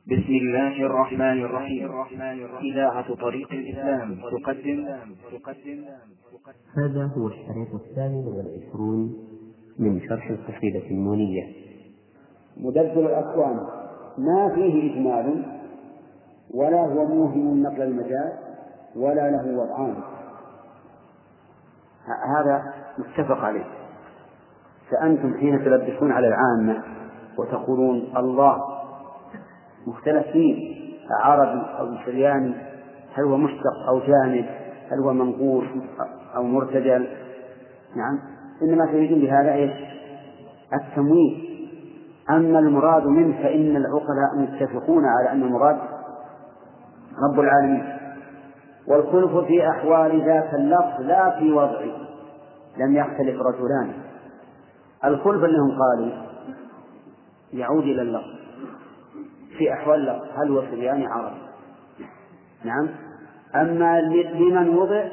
بسم الله الرحمن الرحيم. إذاعة طريق الإسلام تقدم. هذا هو الشريط 28 من شرح القصيدة النونية. مدبر الأكوان ما فيه إجمال ولا هو موهم نقل المجال ولا له وضعان. هذا متفق عليه. فأنتم حين تلبسون على العامة وتقولون الله مختلف فيه عربي أو سرياني، هل هو مشتق أو جامد، هل هو منقوص أو مرتجل، نعم، إنما تريدون بهذا إيش؟ التمويه. أما المراد منه فإن العقلاء متفقون على أن المراد رب العالمين. والخلف في أحوال ذاك اللفظ لا في وضعه، لم يختلف رجلان. الخلف أنهم قالوا يعود إلى اللفظ في أحوال اللفظ، هل هو سرياني عربي، نعم. أما لمن وضع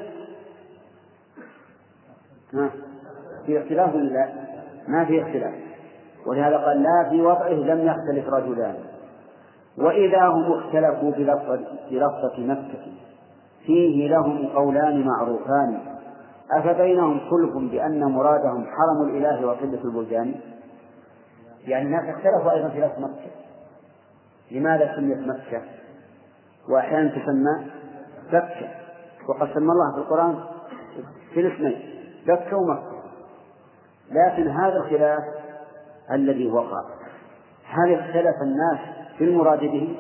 في اختلاف لا، ما في اختلاف، ولهذا قال لا في وضعه لم يختلف رجلان. وإذا هم اختلفوا بلفظة مكة فيه لهم قولان معروفان، أفبينهم خلف بأن مرادهم حرم الإله وقلة البلدان. يعني الناس اختلفوا أيضا في لفظ مكة، لماذا سميت مكة وأحيانا تسمى بكة، وقد سمى الله في القرآن في الاسمين بكة ومكة. لكن هذا الخلاف الذي وقع، هل اختلف الناس في المراد به؟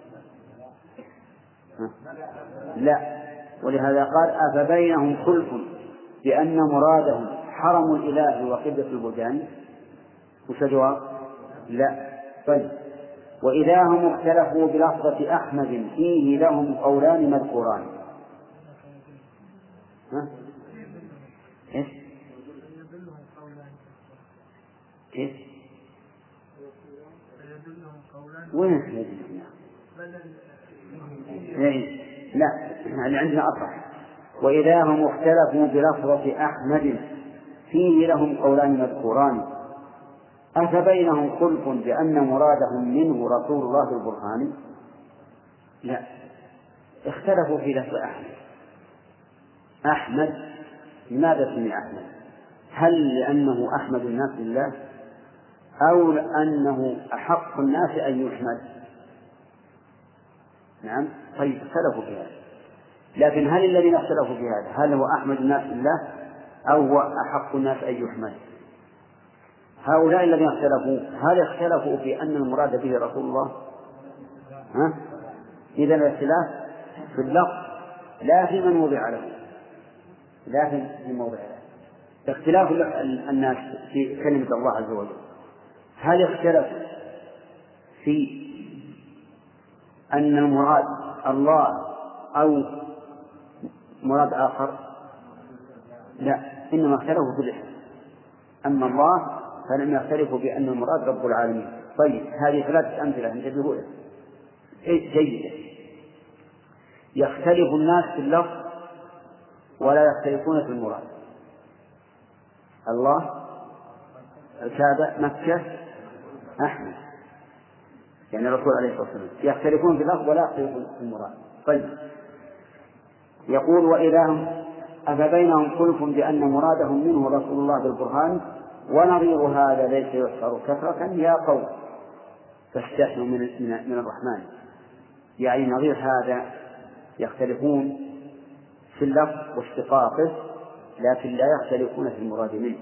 لا. ولهذا قال أفبينهم خلف بأن مرادهم حرم الإله وقلة البلدان. وش الجواب؟ لا. طيب، وإذا هم اختلفوا بلفظة أحمد فيه لهم قولان مذكوران. إيش؟ كيف؟ وين؟ لا، اللي عندنا أصح. وإذا هم اختلفوا بلفظة أحمد فيه لهم قولان مذكوران، أفبينهم خلف بأن مرادهم منه رسول الله البرهاني. لا، اختلفوا في لفظ أحمد. لماذا سمي أحمد؟ هل لأنه أحمد الناس لله، أو لأنه أحق الناس أن يحمد؟ نعم. طيب، اختلفوا في هذا. لكن هل الذين اختلفوا في هذا هل هو أحمد الناس لله أو هو أحق الناس أن يحمد؟ هؤلاء الذين اختلفوا هل اختلفوا في أن المراد به رسول الله؟ إذا الاختلاف في اللفظ لا في من وضع له، لكن في موضع له. اختلاف الناس في كلمة الله عز وجل، هل اختلف في أن المراد الله أو مراد آخر؟ لا، إنما اختلفوا في الاسم. أما الله فلم يختلفوا بأن المراد رب العالمين. طيب، هذه ثلاثة أمثلة انتبهوا لها جيدة. يختلف الناس في اللفظ ولا يختلفون في المراد. الله، الكعبة، مكة، أحمد، يعني الرسول عليه الصلاة والسلام، يختلفون في اللفظ ولا يختلفون في المراد. طيب، يقول وإذا هم أفبينهم خلف بأن مرادهم منه رسول الله بالبرهان ونظير هذا ليس يحصر كثرة يا قوم فاستحيوا من الرحمن. يعني نظير هذا يختلفون في اللفظ واشتقاقه لكن لا يختلفون في المراد منه.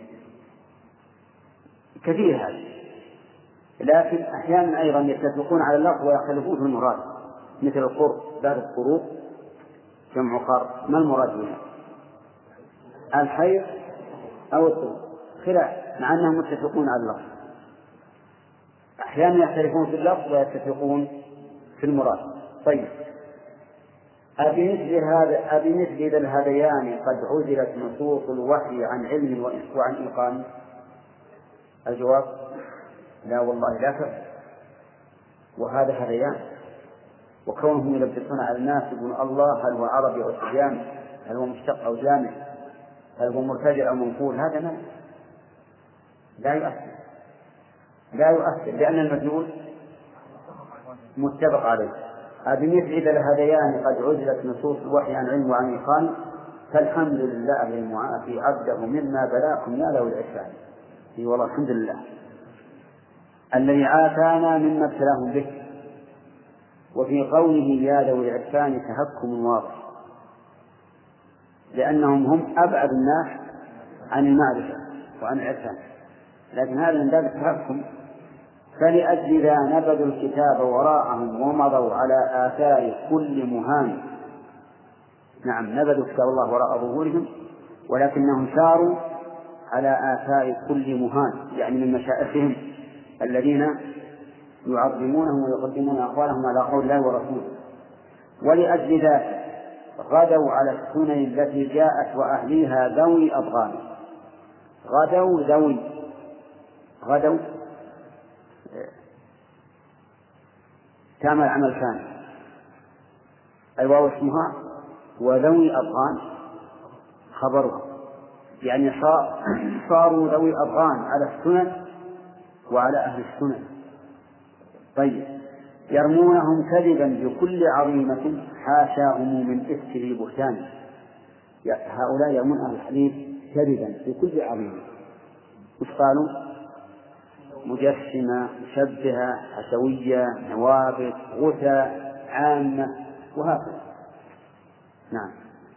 كثير هذا، لكن أحيانا أيضا يتفقون على اللفظ ويختلفون في المراد، مثل القرب، بعد القروب جمع قرب، ما المراد منه؟ الحيض أو الطهر، خلاف، مع أنهم متفقون على اللفظ. أحيانا يختلفون في اللفظ ويتفقون في المراد. طيب، أبمثل ذا الهذيان قد عزلت نصوص الوحي عن علم وعن إيقان؟ الجواب لا والله لا فرق. وهذا هذيان، وكونهم يلبسون على الناس يقولون الله هل هو عربي أو سرياني، هل هو مشتق أو جامع، هل هو مرتجع أو منقول، هذا لا يؤثر، لأن المدلول متفق عليه. بمثل إذا الهذيان قد عزلت نصوص الوحي عن علم وعن إيقان فالحمد لله المعافي عبده مما بلاكم يا ذوي العرفان. اي والله الحمد لله الذي عافانا مما ابتلاهم به. وفي قوله يا ذوي العرفان تهكم واضح، لأنهم هم أبعد الناس عن المعرفة وعن العرفان، لكن هذا من باب التهكم. فلأجل ذا نبذوا الكتاب وراءهم ومضوا على آثار كل مهان. نعم، نبذوا كتاب الله وراء ظهورهم ولكنهم ساروا على آثار كل مهان، يعني من مشائخهم الذين يعظمونهم ويقدمون أقوالهم على قول الله ورسوله. ولأجل ذلك غدوا على السنن التي جاءت وأهليها ذوي أبغان. غدوا تعمل عمل كان الواو اسمها وذوي أبغان خبرها، يعني صاروا ذوي أبغان على السنن وعلى أهل السنن. طيب، يرمونهم كذبا بكل عظيمة حاشاهم من إفك بهتان. هؤلاء يرمون أهل الحديث كذبا بكل عظيمة. وش قالوا؟ مجسمة، مشبهة، حشوية، نوابت، غثى، عامة، وهكذا. نعم.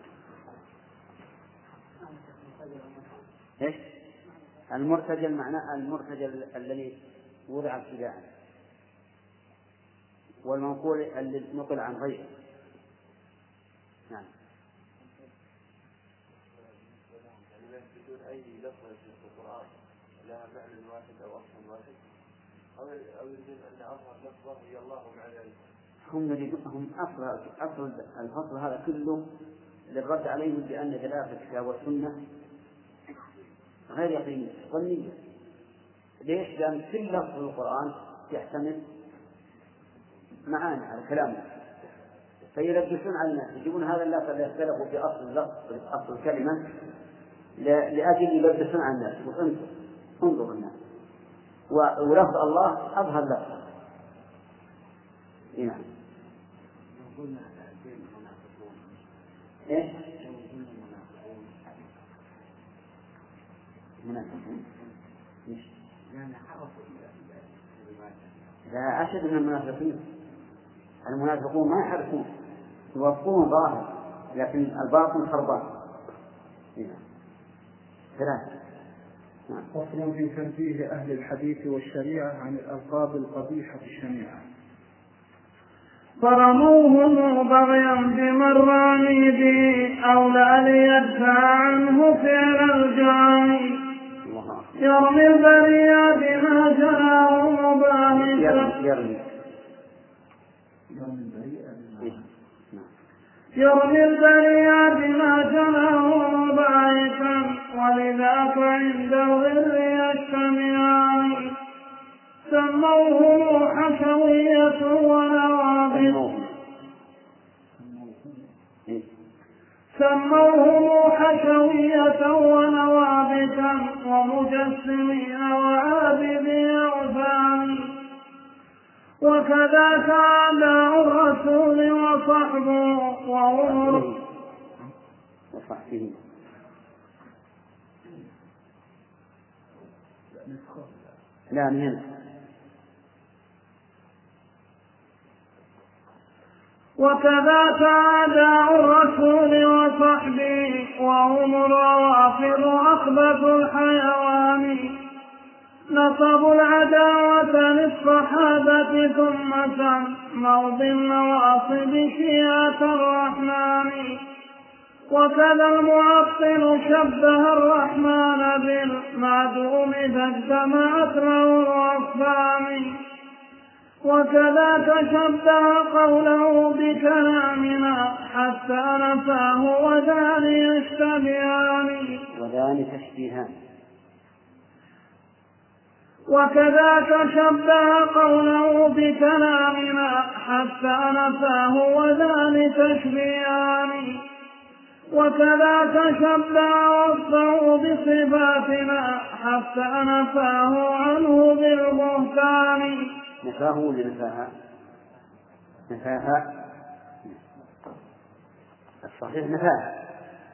إيش؟ المرتجل معناه المرتجل الذي وضع ابتداء، والمنقول الذي نقل عن غيره. نعم. بدون أي لفظ في القرآن لها معنى واحد أو أصل واحد، أو يريدون أن أظهر لفظه هي الله مع ذلك. هم أصل الفصل هذا كله للرد عليهم بأن دلالة الكتاب والسنة غير يقينية ظنية. ليش؟ لأن كل لفظ القرآن يحتمل معاني على كلامه، فيلبسون على الناس، يجيبون هذا اللفظ اللي اختلفوا في أصل اللفظ في أصل الكلمة لأجل يلبسون على الناس. انظر الناس ولفظ الله أظهر لفظ. نعم. إيه؟ منافقون. لا أشد من المنافقين. المنافقون ما يحرفون، يوفون ظاهر لكن الباطن خربان. ثلاثة. فصل في تنزيه أهل الحديث والشريعة عن الألقاب القبيحة الشنيعة. فرموهم بغيا بمن رامي به أولى ليدفع عنه فعل الجاني. يرمي البرية بما جاءه مباهسا يرمي البرية بما جاءه مباهسا ولذاك عند الظل يجتمعان. سموه حشوية ونوابت ونوابتا ومجسمين وعابدي أوثان. وكذاك أعداء الرسول وصحبه وعمر لا من هنا. وكذاك أعداء الرسول وصحبه وهم الروافض أخبث الحيوان. نصبوا العداوة للصحابة ثم سموا بالنواصب شيعة الرحمن. وكذا المعطل شبه الرحمن بالمعدوم إذا اجتمعت له الأصنام. وكذاك شبه قوله بكلامنا حتى نفاه وذان يشتبهان. وكذاك شبه قوله بكلامنا حتى نفاه وذان تشبيهان. وكذاك شبه وصفه بصفاتنا حتى نفاه عنه بالبهتان. نفاه ولا نفاها؟ نفاها، الصحيح نفاها.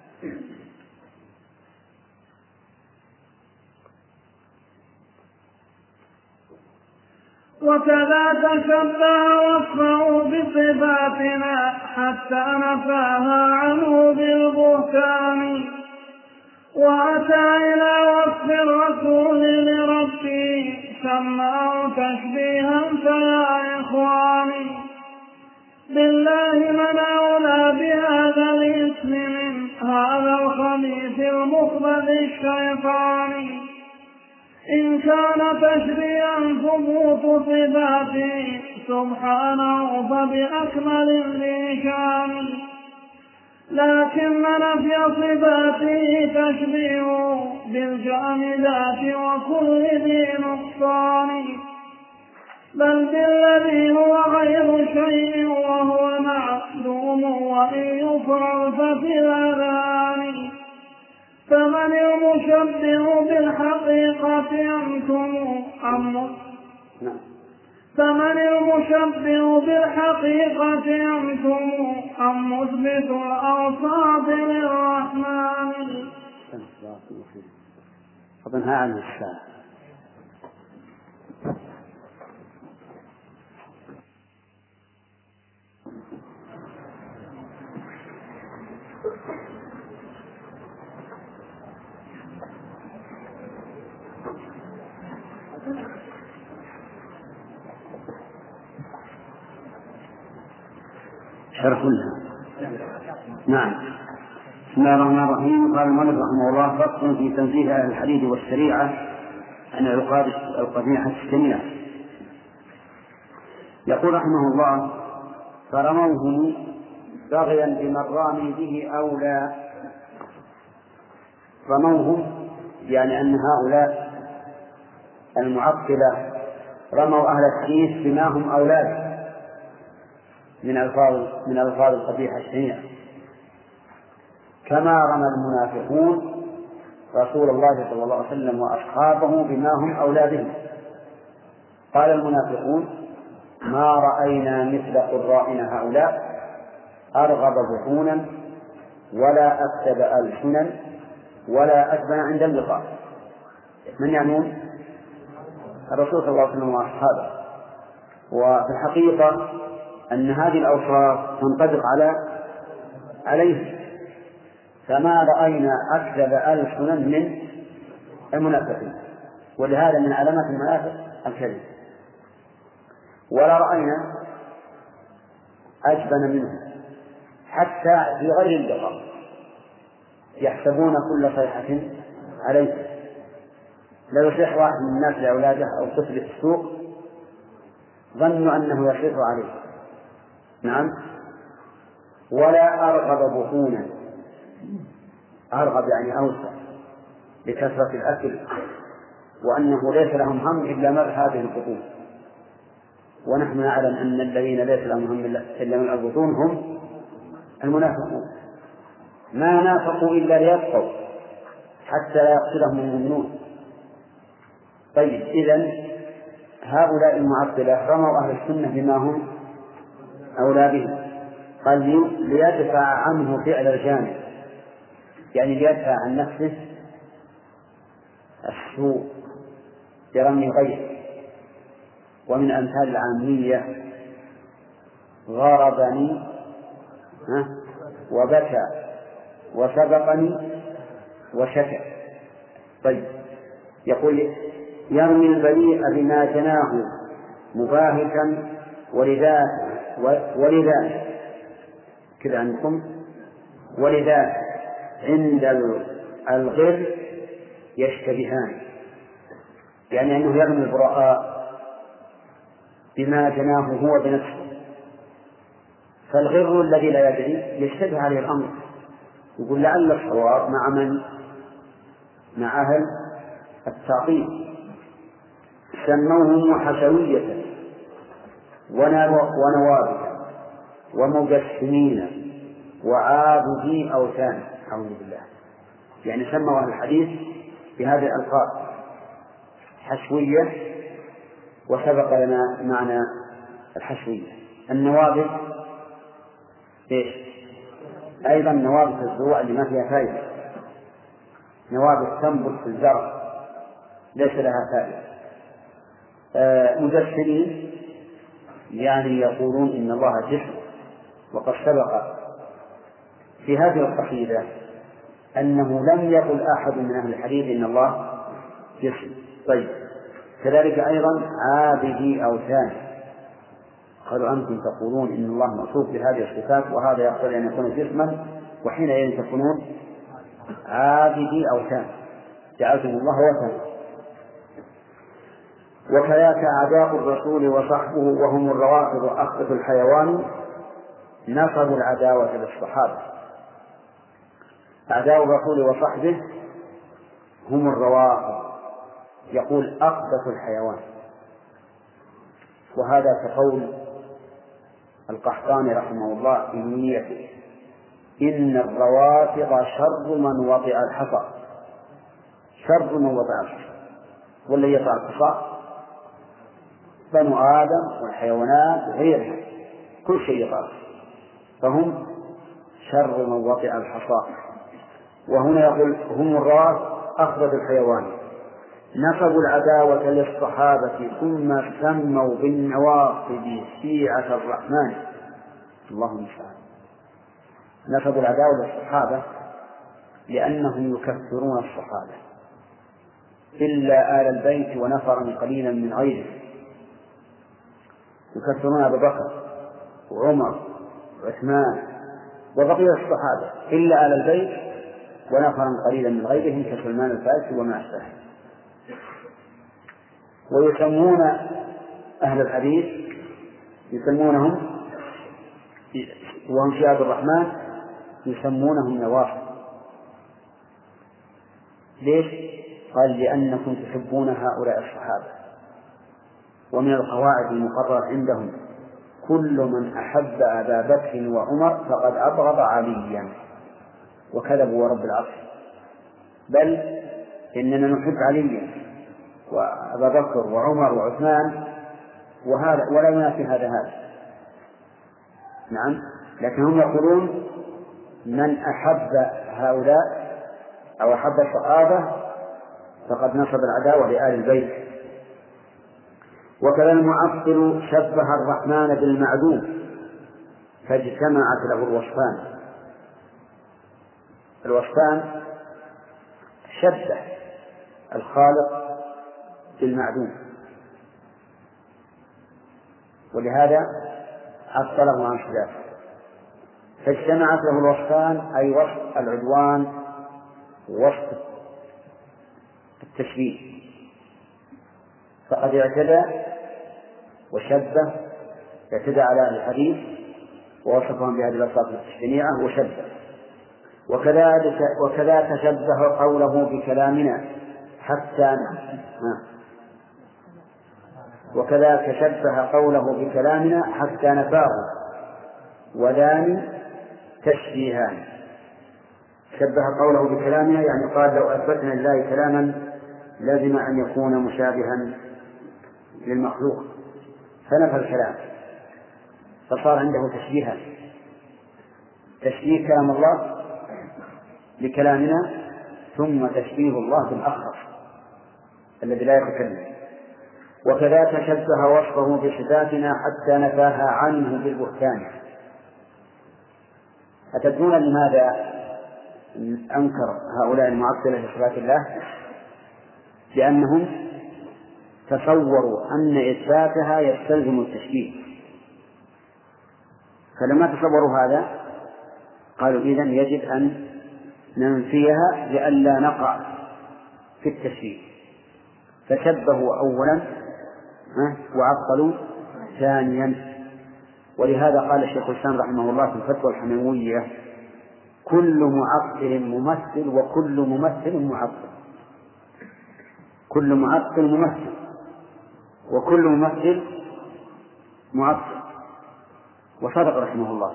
وكذا تشبه وصفه بصفاتنا حتى نفاها عنه بالبهتان، وأتى إلى وصف الرسول لربه سماه تشبيها. فيا إخواني بالله من أولى بهذا الاسم من هذا الخبيث المخبث الشيطاني؟ إن كان تشبيها ثبوت صفاته سبحانه فبأكمل الإشان، لكن نفي صفاته تشبيه بالجامدات وكل ذي نقصان، بل بالذي هو غير شيء وهو معدوم وإن يفرغ ففي الأذهان. فمن المشبه بالحقيقة أنتم أم مثبت الأوصاف للرحمن؟ أظنها عن الساعة. شرح لها. نعم. بسم الله الرحمن الرحيم. قال المؤلف رحمه الله: فصل في تنزيه أهل الحديث والشريعة عن العقاب القبيحة السميعة. يقول رحمه الله: فرموه بغيا بمن رامي به أولى. رموهم يعني أن هؤلاء المعطلة رموا أهل الحديث بما هم أولاد من ألفاظ القبيحة الشنيعة، كما رمى المنافقون رسول الله صلى الله عليه وسلم وأصحابه بما هم أولى به. قال المنافقون: ما رأينا مثل قرائنا هؤلاء أرغب بطونا ولا أكتب ألسنا ولا أتبع عند اللقاء. من يعنون؟ الرسول صلى الله عليه وسلم وأصحابه. وفي الحقيقة أن هذه الأوصاف تنطبق عليه. فما رأينا أكذب ألسنا من المنافقين، ولهذا من علامات المنافق الكذب. ولا رأينا أجبن منهم حتى في غير اللقاء يحسبون كل صيحة عليه. لو يصيح واحد من الناس لأولاده أو طفل في السوق ظنوا أنه يصيح عليه. نعم. ولا أرغب بطونا، أرغب يعني أوسع لكثرة الأكل، وأنه ليس لهم هم إلا ملء هذه البطون. ونحن نعلم أن الذين ليس لهم هم إلا ملء البطون هم المنافقون. ما نافقوا إلا ليبقوا حتى لا يقتلهم المؤمنون. طيب، إذن هؤلاء المعطلة رموا أهل السنة بما هم أولى به. قال ليدفع عنه فعل الجانب، يعني ليدفع عن نفسه السوء برمي غيره. ومن أمثال العامية: غربني وبكى وسبقني وشكى. طيب، يقول: يرمي البريء بما جناه مباهتا ولذا كذا عندكم، ولذا عند الغر يشتبهان، يعني أنه يرمي البراء بما جناه هو بنفسه. فالغر الذي لا يدري يشتبه عليه الأمر، يقول لعل الصواب مع من؟ مع أهل التعطيل. سموهم وحشوية ونوابك ومجسمين وعابدي أوثان. أعوذ بالله. يعني سموا أهل الحديث بهذه الألقاب: حشوية، وسبق لنا معنى الحشوية. النوابت إيش؟ أيضا نوابت الزروع اللي ما فيها فائدة، نوابت تنبت في الزرع ليس لها فائدة. مجسمين يعني يقولون إن الله جسم، وقد سبق في هذه القصيدة أنه لم يقل أحد من أهل الحديث إن الله جسم. طيب، كذلك أيضا عابدي أوثان، قالوا أنتم تقولون إن الله موصوف بهذه الصفات وهذا يقتضي أن يكون جسما، وحينئذ تكونون عابدي أوثان، جعلتم الله وثنا. وكذاك أعداء الرسول وصحبه وهم الروافض أخبث الحيوان نصبوا العداوة للصحابة. أعداء الرسول وصحبه هم الروافض، يقول أخبث الحيوان، وهذا كقول القحطاني رحمه الله في نونيته: إن الروافض شر من وطئ الحصى، شر من وطئ الحصى، والذي يطع الحصى بنو آدم والحيوانات وغيرها، كل شيء يطع، فهم شر من وطئ الحصى. وهنا يقول هم الروافض أخبث الحيوان نصبوا العداوة للصحابة ثم سموا بالنواصب شيعة الرحمن. اللهم المستعان. نصبوا العداوة للصحابة لأنهم يكفرون الصحابة إلا آل البيت ونفرا قليلا من غيره، يكفرون أبا بكر وعمر وعثمان وبقية الصحابة إلا آل البيت ونفرا قليلا من غيرهم كسلمان الفارسي وما أشبهه. ويسمون أهل الحديث يسمونهم وهم شيعة الرحمن يسمونهم نواصب. ليش؟ قال لأنكم تحبون هؤلاء الصحابة. ومن القواعد المقررة عندهم كل من أحب أبا بكر وعمر فقد أبغض عليا، وكذبوا ورب العرش، بل إننا نحب عليا وأبا بكر وعمر وعثمان وهذا ولا ينافي هذا. نعم، لكن هم يقولون من أحب هؤلاء أو أحب الصحابة فقد نصب العداوة لآل البيت. وكذا المعطل شبه الرحمن بالمعدوم فاجتمعت له الوصفان. الوصفان شبه الخالق بالمعدوم، ولهذا عطله عن صفاته. فاجتمعت له الوصفان أي وصف العدوان ووصف التشبيه، فقد اعتدى وشبه، اعتدى على الحديث ووصفهم بهذه الأوصاف التشبيهية وشبه. وكذا تشبه قوله بكلامنا حتى وكذا تشبه قوله بكلامنا حتى نفاه، وذان تشبيهان. شبه قوله بكلامنا يعني قال لو أثبتنا لله كلاما لازم أن يكون مشابها للمخلوق، فنفى الكلام فصار عنده تشبيها، تشبيه كلام الله بكلامنا ثم تشبيه الله بالآخر الذي لا يتكلم. وكذا تشبه وصفه بصفاتنا حتى نفاها عنه بالبهتان. أتدرون لماذا أنكر هؤلاء المعطلة لصفات الله؟ لأنهم تصوروا أن إثباتها يستلزم التشبيه، فلما تصوروا هذا قالوا إذن يجب أن ننفيها لئلا نقع في التشبيه، فشبهوا أولا وعطلوا ثانيا. ولهذا قال الشيخ الإسلام رحمه الله في الفتوى الحموية: كل معطل ممثل وكل ممثل معطل. كل معطل ممثل وكل ممثل معطل. وصدق رحمه الله.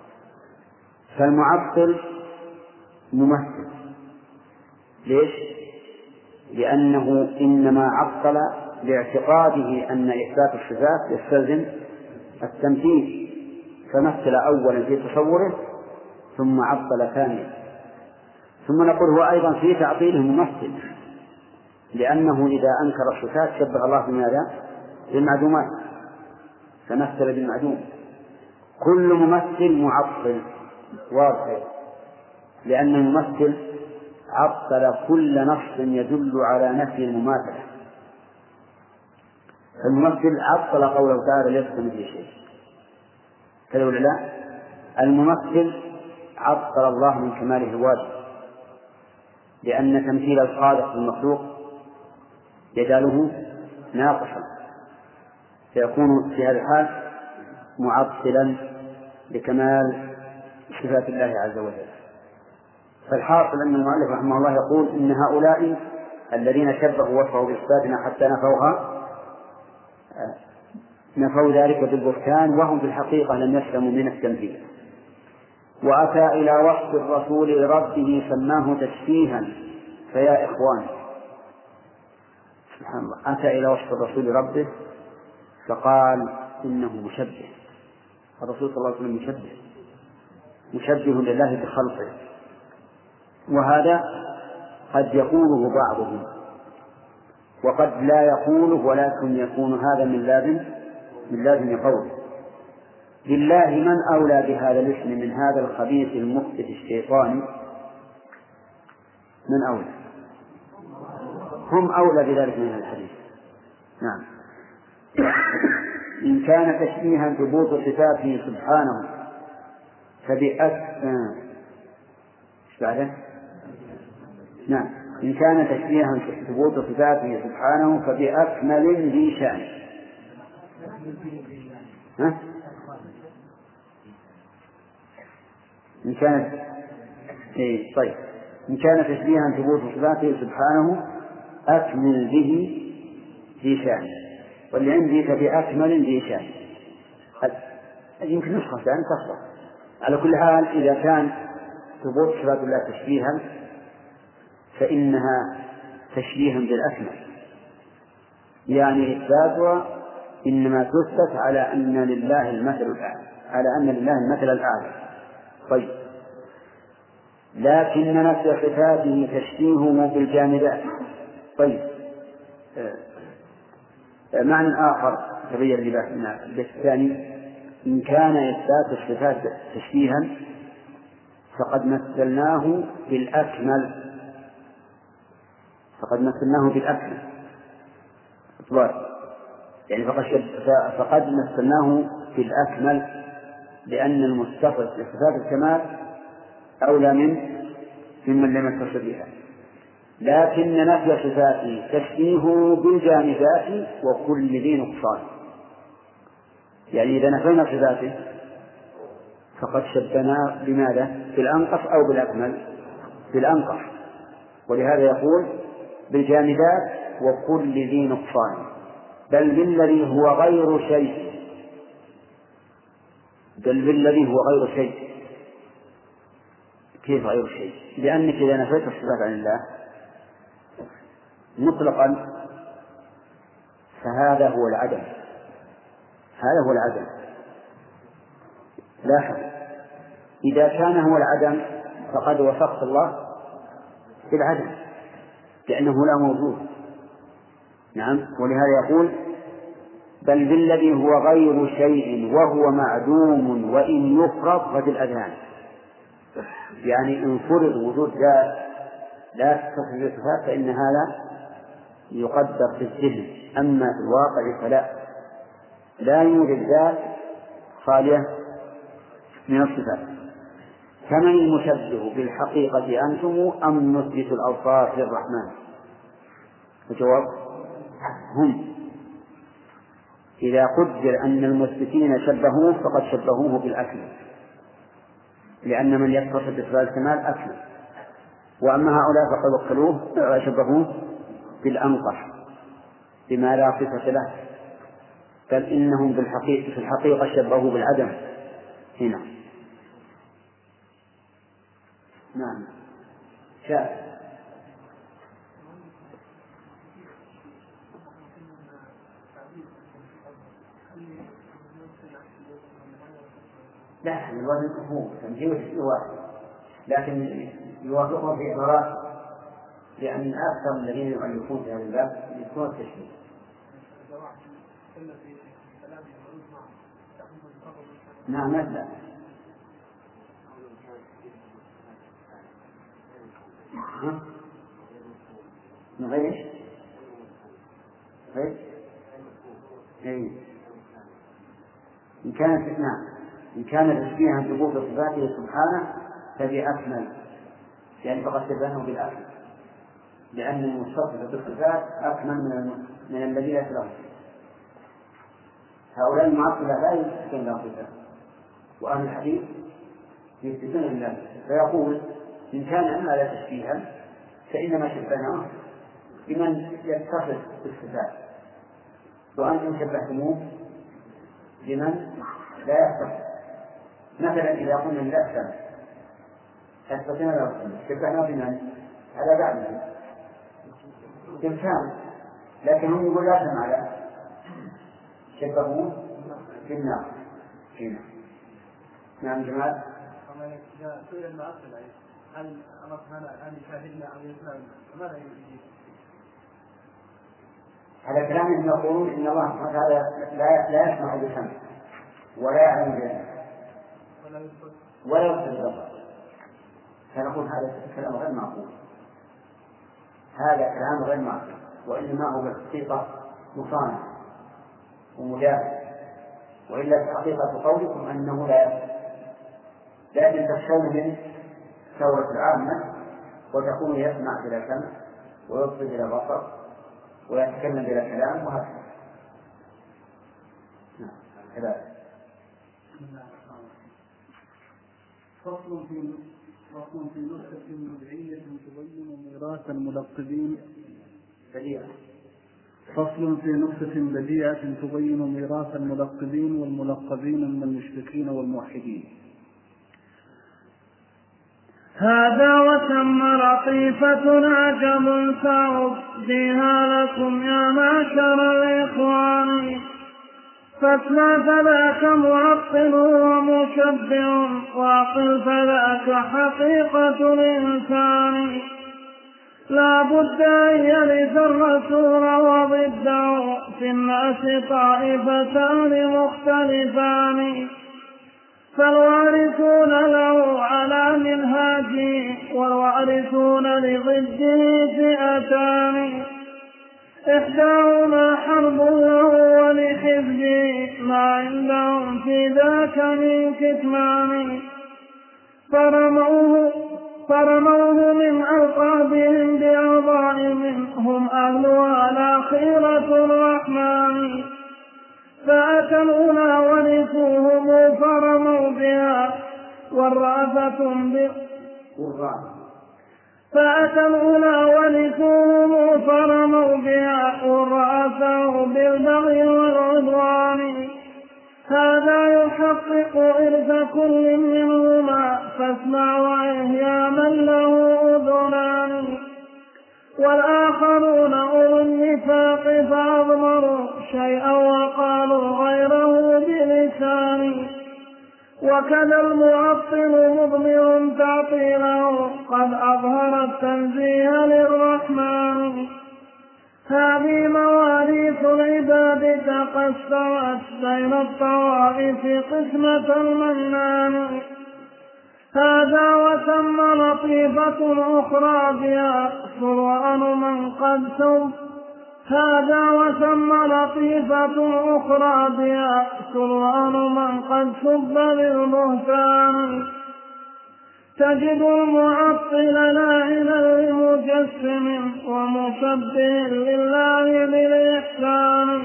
فالمعطل ممثل. ليش؟ لأنه إنما عطل لاعتقاده أن إثبات الصفات يستلزم التمثيل، فمثل أولا في تصوره ثم عطل ثانيا. ثم نقول هو أيضا في تعطيله ممثل، لأنه إذا أنكر الصفات شبه الله بماذا؟ بالمعدومات، فمثل بالمعدوم. كل ممثل معطل واضح، لأن الممثل عطل كل نص يدل على نفي المماثلة. الممثل عطل قوله تعالى ليس كمثله شيء، كذا ولا لا؟ الممثل عطل الله من كماله الواجب، لأن تمثيل الخالق بالمخلوق يجعله ناقصا، فيكون في هذا الحال معطلا لكمال صفات الله عز وجل. فالحاصل أن المؤلف رحمه الله يقول إن هؤلاء الذين شبهوا وصفه بصفاتنا حتى نفوا ذلك بالبهتان، وهم في الحقيقة لم يسلموا من التمثيل. وأتى إلى وصف الرسول لربه سماه تشبيها، فيا إخوان سبحان الله، أتى إلى وصف الرسول لربه فقال إنه مشبه. الرسول صلى الله عليه وسلم مشبه لله بخلقه، وهذا قد يقوله بعضهم وقد لا يقوله، ولكن يكون هذا من لازم قوله. لله من أولى بهذا الاسم من هذا الخبيث المفسد الشيطاني؟ من أولى؟ هم أولى بذلك من الحديث. نعم. إن كان تشبيها ثبوت صفاته سبحانه نعم، إن كان تشبيها ثبوت صفاته سبحانه فبأكمل ذي شأن. إن كان تشبيها ثبوت صفاته سبحانه أكمل به ذي شأن، واللي عندي فبأكمل ذي شأن يمكن نسخة ثانية تصلح. على كل حال إذا كان ثبوت صفات الله تشبيها فإنها تشبيها بالأكمل، يعني إثباتها إنما تثبت على أن لله المثل الأعلى. طيب، لكن نفي صفاته تشبيهه بالجامدات. طيب، معنى آخر تبين لنا الثاني، إن كان إثبات الصفات تشبيها فقد مثلناه بالأكمل يعني فقد مثلناه بالأكمل، لأن المتصف بصفات الكمال أولى ممن لم يتصف بها. لكن نفي صفاته تشبيهه بالجامدات وكل ذي نقصان، يعني إذا نفينا صفاته فقد شبهنا بماذا؟ بالأنقص أو بالأكمل؟ بالأنقص. ولهذا يقول بالجامدات وكل ذي نقصان، بل بالذي هو غير شيء. كيف غير شيء؟ لأنك إذا نفيت الصفات عن الله مطلقا فهذا هو العدم. لاحظ، إذا كان هو العدم فقد وصفت الله بالعدم لأنه لا موجود. نعم، ولهذا يقول بل بالذي هو غير شيء وهو معدوم وإن يفرض ففي الأذهان، يعني إن فرض وجود ذات لا تتصف بالصفات فإن هذا يقدر في الذهن، أما في الواقع فلا، لا يوجد ذات خالية من الصفات. فمن المشبه بالحقيقة أنتم أم نثبت الأوصاف للرحمن؟ الجواب هم. إذا قدر أن المثبتين شبهوه فقد شبهوه بالأكمل، لأن من يتصف بصفات الكمال أكمل، وأما هؤلاء فقد وكلوه شبهوه بالأنقص بما لا صفة له، بل إنهم في الحقيقة شبهوه بالعدم هنا. نعم. شاء لا، الوزن هو تنزيل وتشبيه واحد، لكن يوافقهم في عبارات يعني أكثر الذين يؤلفون في هذا الباب يكون التشبيه. نعم لا من غير ايش؟ غير اي إن كانت نعم إن كان تشبيها ثبوت صفاته سبحانه فبأكمل، يعني فقد شبهه بالأكمل، لأن المتصف بالصفات أكمل من الذي ليس له. هؤلاء المعطلة لا يثبتون له صفات، وأهل الحديث يثبتون الله، فيقول إن كان أما لا تشبيها فإنما شبهناه بمن يتصف بالصفات، وأنتم شبهتموه بمن لا يتصف. مثلا إذا قلنا لا السمع أثبتنا له السمع، شبهناه بمن؟ على بعضهم بالكامل، لكن هم يقول لا سمع له، شبهوه بالنار. نعم جمال. سئل المعطل هل أمرنا أن يشاهدنا أو يسمعنا ماذا يجيب؟ على كلامهم يقولون إن الله سبحانه وتعالى لا يسمع بسمع ولا يعلم بسمع ولا يبصر بصر، فنقول هذا كلام غير معقول، هذا كلام غير معقول، وإنما هو بالحقيقة مصانع ومجاهد، وإلا حقيقة قولكم أنه لا يسمع، لكن تخشون من ثورة العامة وتكون يسمع بلا سمع ويبصر بلا بصر ويتكلم بلا كلام وهكذا. فصل في نسخة بدعية تبين ميراث الملقبين. فصل في نسخة بديعة تبين ميراث الملقبين والملقبين من المشركين والموحدين. هذا وتم لطيفة عجب سأبديها لكم يا معشر الإخوان، فاسمع فذاك معطل ومشبه، وعقل فذاك حقيقة الإنسان. لا بد أن يرث الرسول وضده في الناس طائفتان مختلفان، فالوارثون له على منهاجه والوارثون لضده فئتان، إحداهما حرب له ولحزبه ما عندهم في ذاك من كتمان، فرموه من ألقابهم بأعضاء منهم أهلها لا خيرة الرحمن، فأتى الأولى ورثوهم فرموا بها والرأفة فأتى الأولى ورثوهم فرموا بها والرأفة بالبغي والعدوان. هذا يحقق إرث كل منهما، فاسمع وإهيا من له أذنان. والآخرون أولو النفاق فأضمروا شيئا وقالوا غيره بلسان، وكذا المعطل مضمر تعطيله قد أظهر التنزيه للرحمن. هذه مواريث العباد تقسمت بين الطوائف قسمة المنان. هذا وتم لطيفة أخرى بها سرعان من قد سب، هذا وتم لطيفة أخرى بها سرعان من قد سب للبهتان. تجد المعطل لاعنا لمجسم ومشبه لله بالإحسان.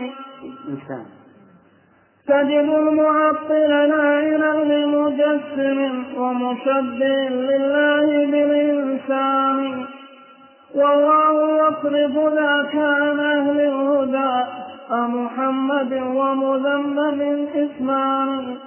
تجد المعطل لاعنا لمجسم ومشبه لله بالإنسان، والله يصرف ذاك عن أهل الهدى كمحمد ومذمم إثمان.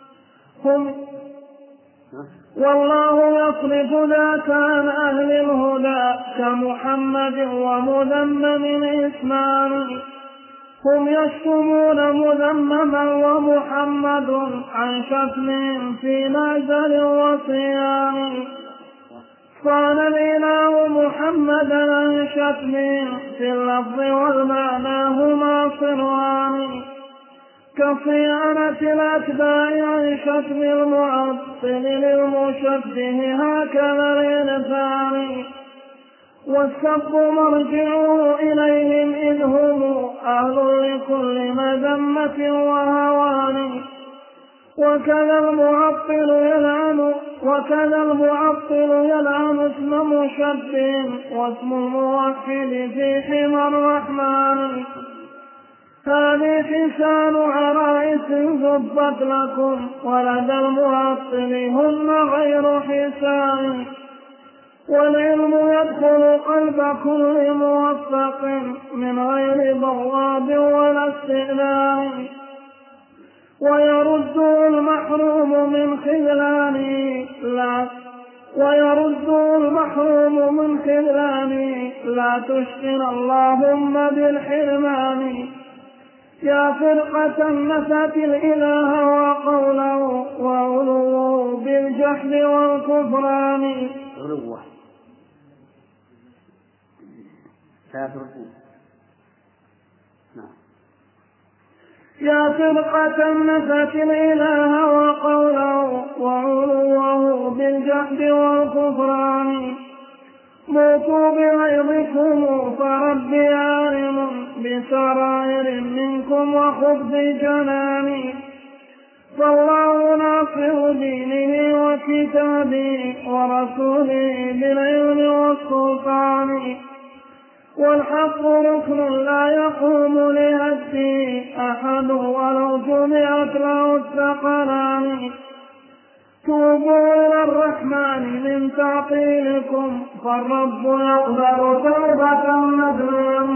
والله يصرف ذاك عن أهل الهدى كمحمد ومذمم إثمان، هم يشتمون مذمما ومحمد عن شتم في نزل وصيام. صان الإله محمدا عن شتم في اللفظ والمعنى هما صنوان، كصيانة الأتباع عن شتم المعطل للمشبه هكذا الإنسان. والسب مرجعه إليهم إذ هم أهل لكل مذمة وهوان. وكذا المعطل يلعن اسم مشبه واسم الموحد في حمى الرحمن. هذه حسان عرائس زبت لكم ولدى المعطل هن غير حسان. والعلم يدخل قلب كل موفق من غير بواب ولا استئذان. ويرد المحروم من خذلان لا تشكر اللهم بالحرمان. يا فرقة نفت الإله وقوله وعلوه بالجحد والكفران. يا فرقة نفت الإله وقوله وعلوه بالجحد والكفران. موتوا بغيظكم فربي عالم بسرائر منكم وخبث جنان. فالله ناصر دينه وكتابه ورسوله بالعلم والسلطان. والحق ركن لا يقوم لهده أحد ولو جمعت له الثقلان. توبوا إلى الرحمن من تعطيلكم فالرب يقبل توبة المظلوم.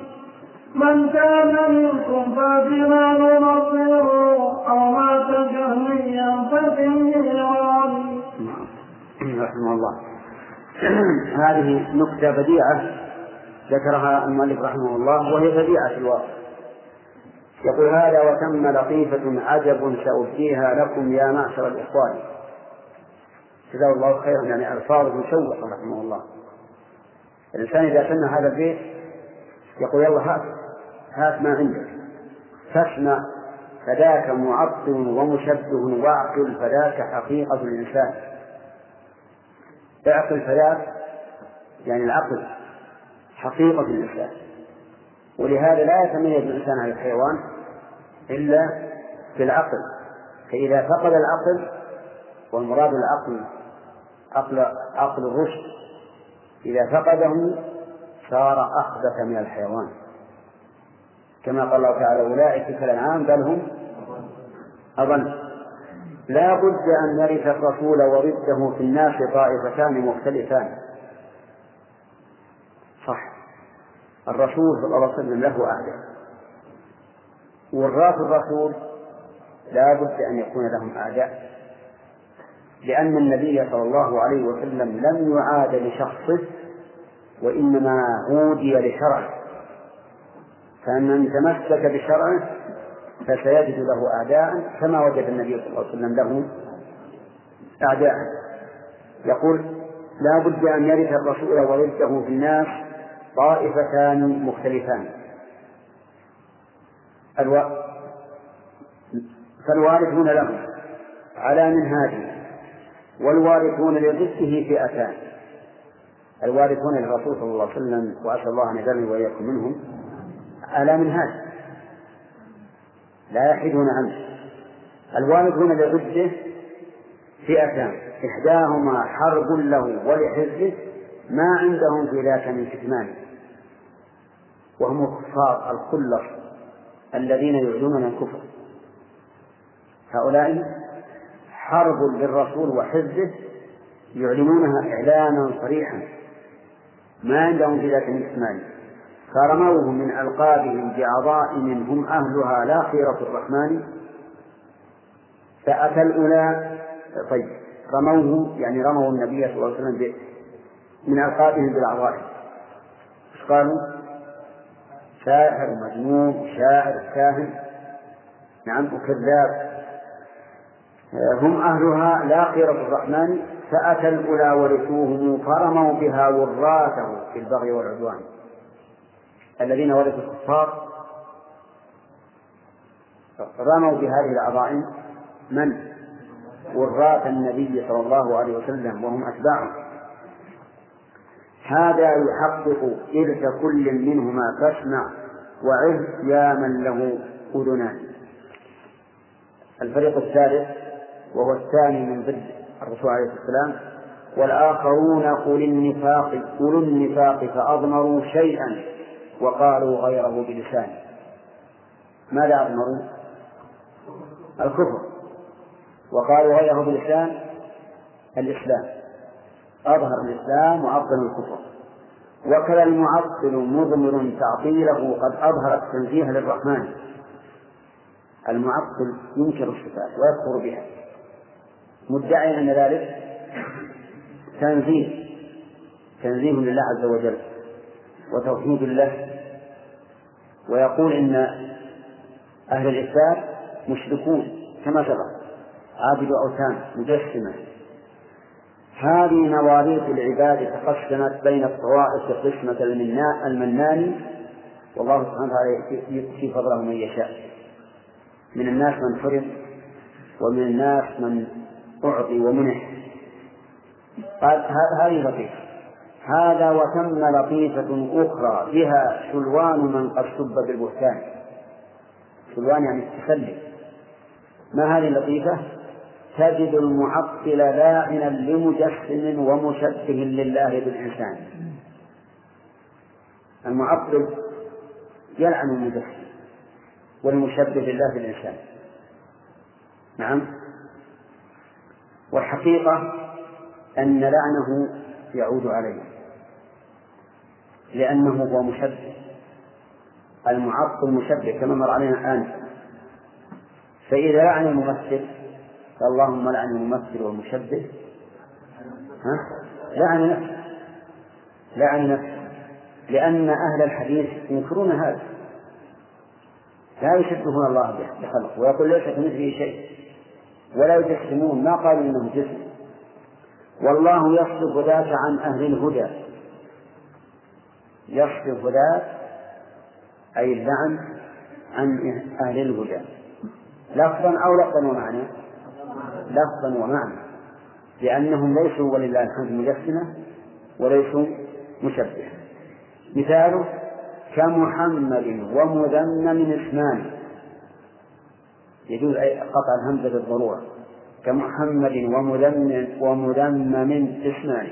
من تاب منكم فبما ننصره أو مات جهميا ففيه غالي. رحمه الله. هذه نكتة بديعة ذكرها المؤلف رحمه الله وهي بديعة في الواقع. يقول: هذا وتم لطيفة عجب سأبديها لكم يا معشر الإخوان. جزاه الله خيرا، يعني ألفاظ مشوقة رحمه الله. الإنسان إذا سمع هذا البيت يقول: يلا هات ما عندك فاسمع، فذاك معطل ومشبه واعقل، فذاك حقيقة الإنسان. اعقل، فذاك يعني العقل حقيقة الإنسان. ولهذا لا يتميز الإنسان عن الحيوان إلا بالعقل. فإذا فقد العقل، والمراد العقل عقل الرشد، إذا فقده صار أخبث من الحيوان، كما قال الله تعالى: أولئك كالأنعام بل هم أضل. لا بد أن نرث الرسول وضده في الناس طائفتان مختلفان. صح، الرسول صلى الله عليه وسلم له أعداء، وراث الرسول لا بد أن يكون لهم أعداء، لأن النبي صلى الله عليه وسلم لم يعاد لشخصه وإنما عودي لشرعه، فمن تمسك بشرعه فسيجد له أعداء كما وجد النبي صلى الله عليه وسلم له أعداء. يقول: لا بد أن يرث الرسول وضده في الناس طائفتان مختلفان. فالوارثون له على منهاجه، والوارثون لضده فئتان. الوارثون للرسول صلى الله عليه وسلم، وأسأل الله أن يجعلني وإياكم منهم، على منهاج لا يحيدون عنه. الوارثون لضده فئتان، إحداهما حرب له ولحزبه ما عندهم في ذاك من كتمان، وهم الكفار الخلص الذين يعلنون الكفر. هؤلاء حرب للرسول وحزبه يعلنونها إعلانا صريحا، ما عندهم في ذاك من كتمان، فرموهم من ألقابهم بعظائم هم أهلها لا خيرة الرحمن. فأتى الأولى رموه، يعني رموا النبي صلى الله عليه وسلم من ألقابهم بالعظائم. إيش قالوا؟ ساحر ومجنون وشاعر كاهن، نعم، وكذاب، هم أهلها لا خير بالرحمن، فأتى الأولى ورثوهم فرموا بها وراثه في البغي والعدوان. الذين ورثوا الكفار رموا بهذه العظائم من؟ وراث النبي صلى الله عليه وسلم وهم أتباعه. هذا يحقق إرث كل منهما فاسمع وعظ يا من له أذنان. الفريق الثالث وهو الثاني من ضد الرسول عليه السلام: والآخرون أولو النفاق فأضمروا شيئا وقالوا غيره بلسان. ماذا أضمروا؟ الكفر، وقالوا غيره بلسان الإسلام، أظهر الإسلام وأبطن الكفر. وكذا المعطل مضمر تعطيله قد أظهر التنزيه للرحمن. المعطل ينكر الصفات ويكفر بها مدعي أن ذلك تنزيه لله عز وجل وتوحيد له، ويقول إن أهل الإسلام مشركون كما سبق، عابدوا أوثان، مجسمة. هذه مواريث العباد تقسمت بين الطوائف قسمة المنان، والله سبحانه وتعالى يؤتي فضله من يشاء. من الناس من حرم، ومن الناس من أعطي ومنح. قال هذه لطيفة. هذا وثم لطيفة أخرى بها سلوان من قد سب بالبهتان. سلوان يعني التسلي. ما هذه اللطيفة؟ تجد المعطل لاعنا لمجسم ومشبه لله بالإنسان. المعطل يلعن المجسم والمشبه لله بالإنسان، نعم. والحقيقة أن لعنه يعود عليه، لأنه هو مشبه. المعطل مشبه كما مر علينا الآن. فإذا لعن الممثل فاللهم لعن الممثل والمشبه، لعن نفسه، لأن أهل الحديث ينكرون هذا، لا يشبهون الله بخلقه ويقول ليس كمثله شيء، ولا يجسمون، ما قالوا إنه جسم. والله يصرف ذاك عن أهل الهدى، يصرف ذاك أي اللعن عن أهل الهدى لفظا أو لفظا ومعنى، لفظا ومعنى، لأنهم ليسوا ولله الحمد مجسمة وليسوا مشبهة. مثاله كمحمد ومذمم اسمان، يجوز قطع الهمزة بالضرورة. كمحمد ومذمم اسمان،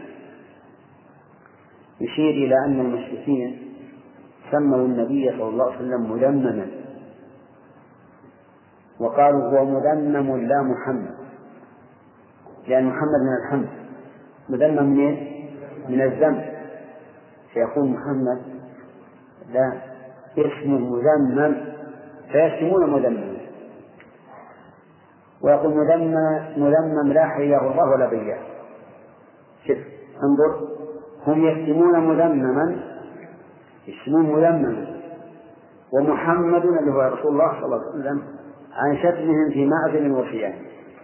يشير إلى أن المشركين سموا النبي صلى الله عليه وسلم مذمما، وقالوا هو مذمم لا محمد، لأن محمد من الحمد، مذمم من الذنب، فيكون محمد لا اسمه مذمم، فيسمون مذمما، ويقول مذمم لا حيه الله ولا بياه. شوف انظر، هم يسمون مذمما، يسمون مذمما، ومحمد اللي هو رسول الله صلى الله عليه وسلم عن شتمهم في معزل وصيام.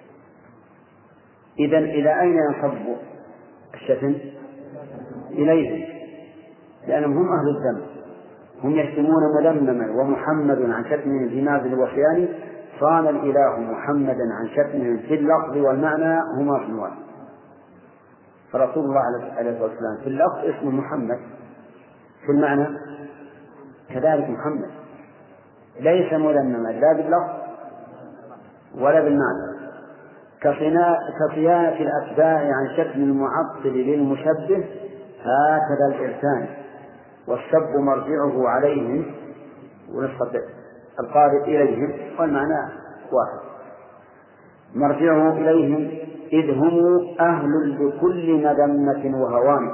إذن إلى أين ينصب الشتم؟ إليهم، لأنهم هم أهل الذنب. هم يشتمون مذمما ومحمد عن شتمهم في معزل وصيام، صان الإله محمدا عن شتمهم في اللفظ والمعنى هما صنوان. فرسول الله عليه الصلاة والسلام في اللفظ اسمه محمد، في المعنى كذلك محمد، ليس مذمما لا باللفظ ولا بالمعنى. كصيانة الأتباع عن شتم المعطل للمشبه هكذا الإرسال، والسب مرجعه عليهم، ونسخة القارئ إليهم، والمعنى واحد، مرجعه إليهم إذ هم أهل لكل مذمة وهوان.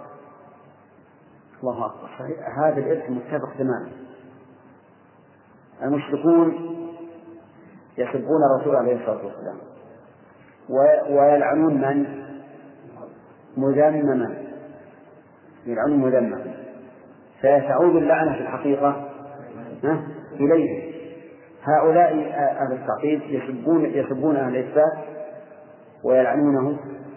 الله أكبر، هذا الإرث متفق تماما. المشركون يسبون الرسول عليه الصلاة والسلام ويلعنون من؟ مذمما، يلعنون مذمما، فيتعود اللعنة في الحقيقة إليه. هؤلاء أهل التعطيل يسبون أهل الإثبات ويلعنونه،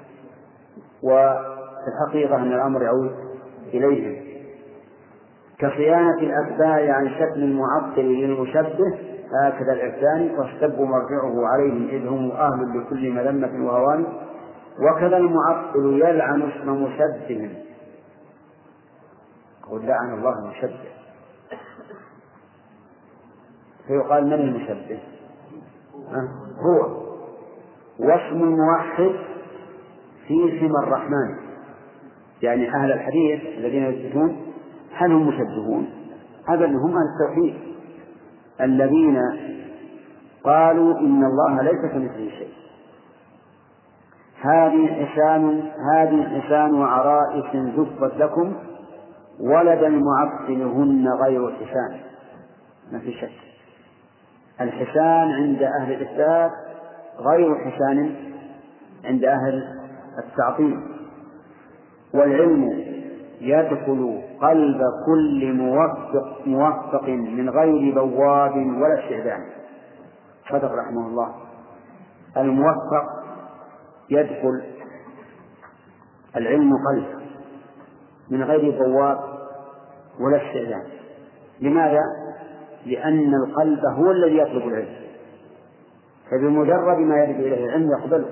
وفي الحقيقة أن الأمر يعود إليهم. كصيانة الأتباع عن شكل المعطل للمشبه هكذا الإحسان، والسب مرجعه عليهم إذ هم أهل لكل مذمة وهوان. وكذا المعطل يلعن اسم مشبه، قل لعن الله المشبه، فيقال من المشبه؟ هو. واسم الموحد في اسم الرحمن، يعني أهل الحديث الذين يثبتون هل هم مشبهون؟ أبدا، هم أهل التوحيد الذين قالوا إن الله ليس كمثله شيء. هذه حسان وعرائس زفت لكم ولد المعطل هن غير حسان، ما في شك. الحسان عند أهل الإثبات غير حسان عند أهل التعطيل. والعلم يدخل قلب كل موفق من غير بواب ولا استئذان. صدق رحمه الله. الموفق يدخل العلم قلب من غير بواب ولا استئذان. لماذا؟ لأن القلب هو الذي يطلب العلم، فبمجرد ما يرد إليه العلم يقبله،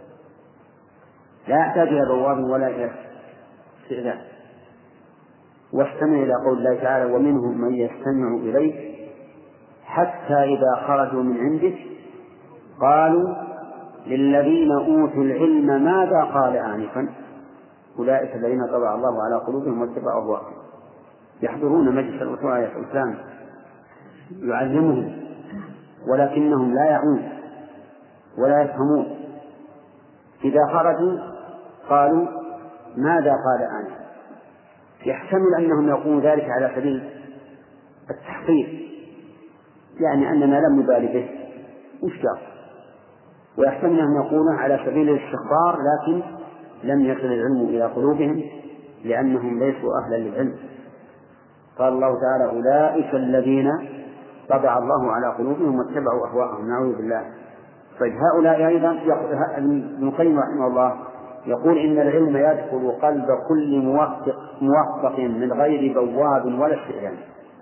لا يحتاج إلى بواب ولا إلى استئذان. واستمع إلى قول الله تعالى: ومنهم من يستمع إليك حتى إذا خرجوا من عندك قالوا للذين أوتوا العلم ماذا قال آنفا أولئك الذين طبع الله على قلوبهم واتبعوا أهواءهم. يحضرون مجلس الإسلام يعلمهم ولكنهم لا يعون ولا يفهمون. إذا خرجوا قالوا ماذا قال آنفا. يحتمل أنهم يقولون ذلك على سبيل التحقير، يعني أننا لم نبالي به واشتاق، ويحتمل أن يقولون على سبيل الاستخبار لكن لم يصل العلم إلى قلوبهم لأنهم ليسوا أهلا للعلم. قال الله تعالى: أولئك الذين طبع الله على قلوبهم واتبعوا أهواءهم. نعوذ بالله. طيب هؤلاء أيضا ابن القيم رحمه الله يقول إن العلم يدخل قلب كل موفق من غير بواب ولا استئذان.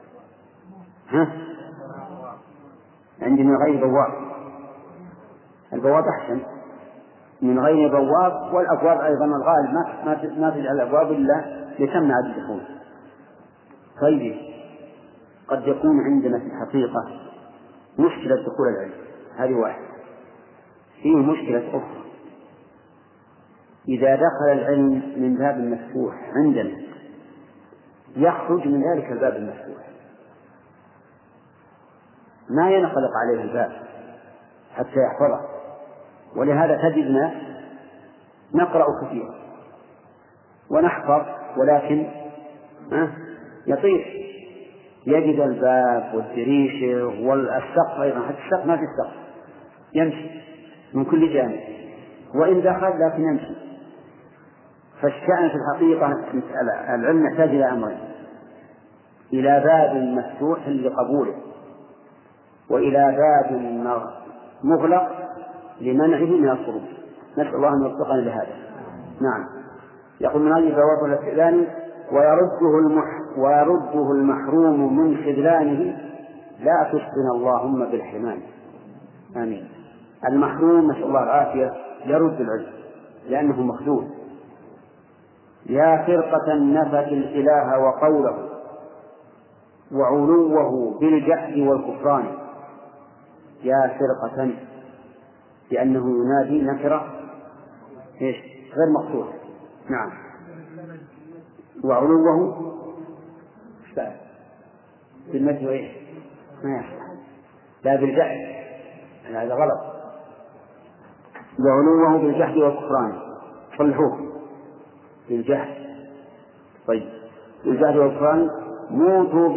عندي من غير بواب، البواب أحسن من غير بواب، والأبواب أيضا الغالب ما تجعل الأبواب إلا لتمنع الدخول. طيب قد يكون عندنا في الحقيقة مشكلة دخول العلم، هذه واحد. فيه مشكلة أخرى: إذا دخل العلم من باب مفتوح عندنا يخرج من ذلك الباب المفتوح، ما ينخلق عليه الباب حتى يحفظه. ولهذا تجدنا نقرأ كثيرا ونحفظ ولكن يطير، يجد الباب والدريشة والسقف أيضا، حتى السقف ما في السقف، يمشي من كل جانب، وإن دخل لكن يمشي. فالشأن في الحقيقة العلم يحتاج إلى أمرين: إلى باب مفتوح لقبوله، وإلى باب مغلق لمنعه من الخروج. نسأل الله أن يوفقنا لهذا. نعم. يقول من هذه بواب الاستئذان: ويرده المحروم من خذلانه لا تسقنا اللهم بالحرمان. آمين. المحروم نسأل الله العافية يرد العلم لأنه مخذول. يا فرقة نفت الإله وقوله وعلوه بالجحد والكفران. يا فرقة، لأنه ينادي نكرة غير مقصود. نعم. وعلوه بالمثل إيش ما يصلح، لا بالجحد، هذا غلط. وعلوه بالجحد والكفران، صلحوه بالجحد. طيب بالجحد والكفران. موتوا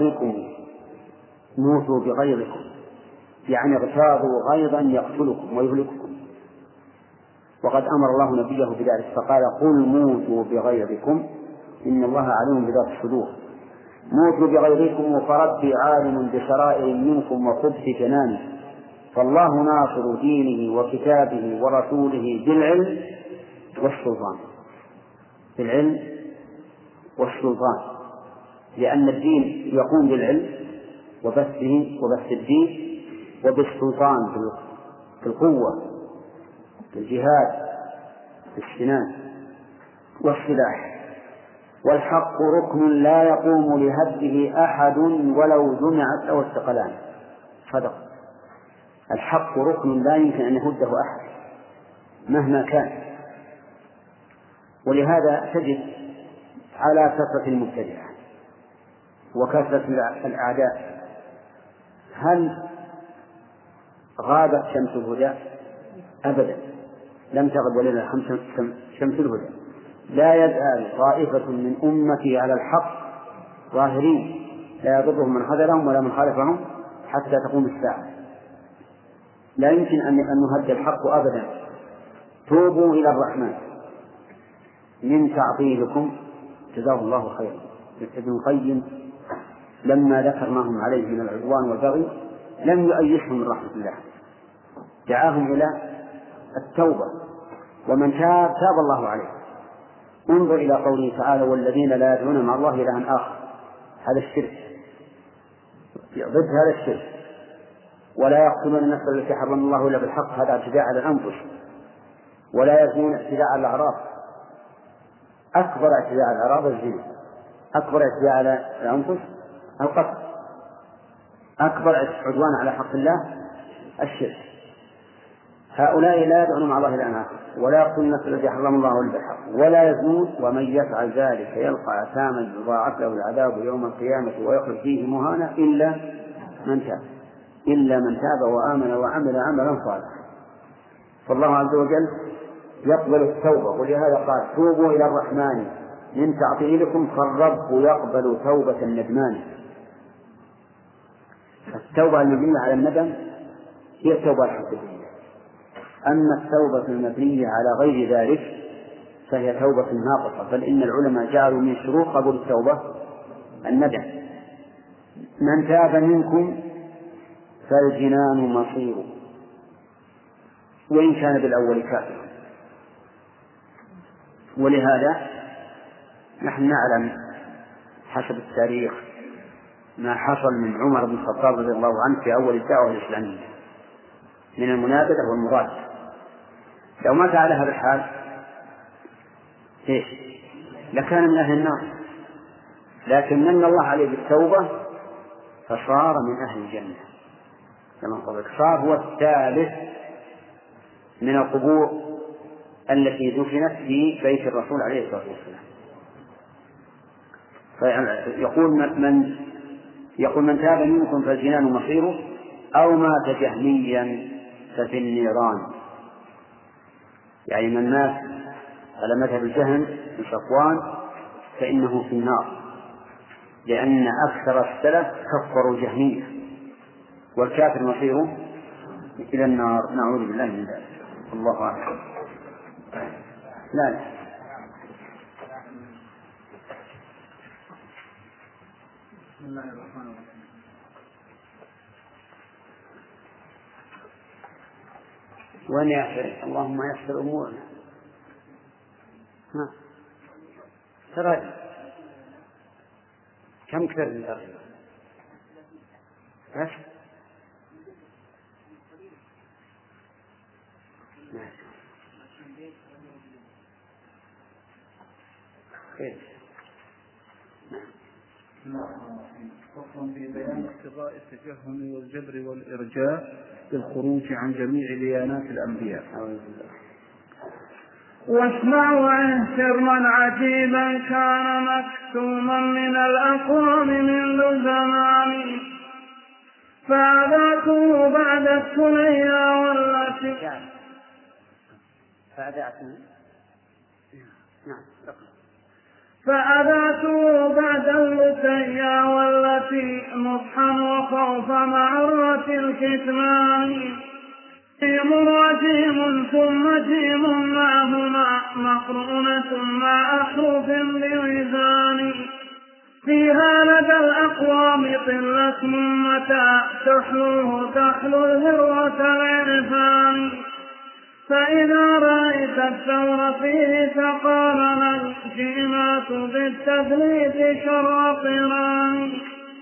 بغيظكم، يعني اغتاظوا غيظا يقتلكم ويهلككم. وقد أمر الله نبيه بذلك فقال: قل موتوا بغيظكم إن الله عليم بذات الصدور. موتوا بغيركم فربي عالم بسرائر منكم وخبث جنانه، فالله ناصر دينه وكتابه ورسوله بالعلم والسلطان. بالعلم والسلطان، لأن الدين يقوم بالعلم وبثه وبث الدين، وبالسلطان بالقوة، بالجهاد، بالسنان والسلاح. والحق ركن لا يقوم لهده أحد ولو جمعت له الثقلان. صدق. الحق ركن لا يمكن أن يهده أحد مهما كان. ولهذا تجد على كثرة المبتدعة وكثرة الأعداء، هل غابت شمس الهدى؟ أبدا، لم تغب ولله شمس الهدى. لا يزال طائفة من أمتي على الحق ظاهرين لا يضرهم من خذلهم ولا من خالفهم حتى تقوم الساعة. لا يمكن أن نهد الحق أبدا. توبوا إلى الرحمن من تعطيلكم، جزاه الله خيرا. ابن القيم لما ذكر ما هم عليه من العدوان والبغي لم يؤيسهم من رحمة الله، دعاهم إلى التوبة، ومن تاب تاب الله عليه. انظر إلى قوله تعالى: والذين لا يدعون مع الله إلها آخر. هذا الشرك، ضد هذا الشرك. ولا يقتلون النفس التي حرم الله إلا بالحق، هذا اعتداء على الأنفس. ولا يزنون اعتداء على الأعراض. أكبر اعتداء على الأعراض الزنا، أكبر اعتداء على الأنفس القتل، أكبر عدوان على حق الله الشرك. هؤلاء لا يدعون مع الله إلها آخر، ولا يقتلون النفس التي حرم الله إلا بالحق، ولا يزنون، ومن يفعل ذلك يلقى أثاما يضاعف له العذاب يوم القيامة ويخلد فيه مهانا إلا من تاب وآمن وعمل عملا صالحا. فالله عز وجل يقبل التوبة، ولهذا قال: توبوا إلى الرحمن من تعطيلكم فالرب يقبل توبة الندمان. التوبة المبنية على الندم هي التوبة الحقيقية، أما التوبة المبنية على غير ذلك فهي توبة ناقصة. بل إن العلماء جعلوا من شروط قبول التوبة الندم. من تاب منكم فالجنان مصير، وإن كان بالأول كافرا. ولهذا نحن نعلم حسب التاريخ ما حصل من عمر بن الخطاب رضي الله عنه في أول الدعوة الإسلامية من المنابذة والمرادة. لو مات على هذا الحال لكان من أهل النار، لكن من الله عليه بالتوبة فصار من أهل الجنة كما قلت. صار هو الثالث من القبور التي دفنت في بيت الرسول عليه الصلاة والسلام. يقول من تاب منكم فالجنان مصيره، أو مات جهميا ففي النيران. يعني من مات على مذهب الجهم من صفوان فإنه في النار، لأن أكثر السلف كفروا جهمية، والكافر مصيره إلى النار. نعوذ بالله من ذلك. الله أعلم. لا بسم الله الرحمن الرحيم. وأن يغفر اللهم يغفر أمورنا. ترى كم كثر من تقريبا بس خير. فصل في بيان اقتضاء التجهم والجبر والإرجاء بالخروج عن جميع ديانات الأنبياء. واسمعوا عن سرا عجيبا كان مكتوما من الأقوام منذ زمان، فأذاته بعد الثنيا والتي فأذاته بعد اللتيا والتي نصحا وخوف معرة الكتمان، جيم وجيم ثم جيم معهما مقرونة مع أحرف بميزان، فيها لدى الأقوام قلة متى تحلو الهروة العرفان. فإذا رأيت الثور فيه تقارن الجيمات بالتثليث شر قران.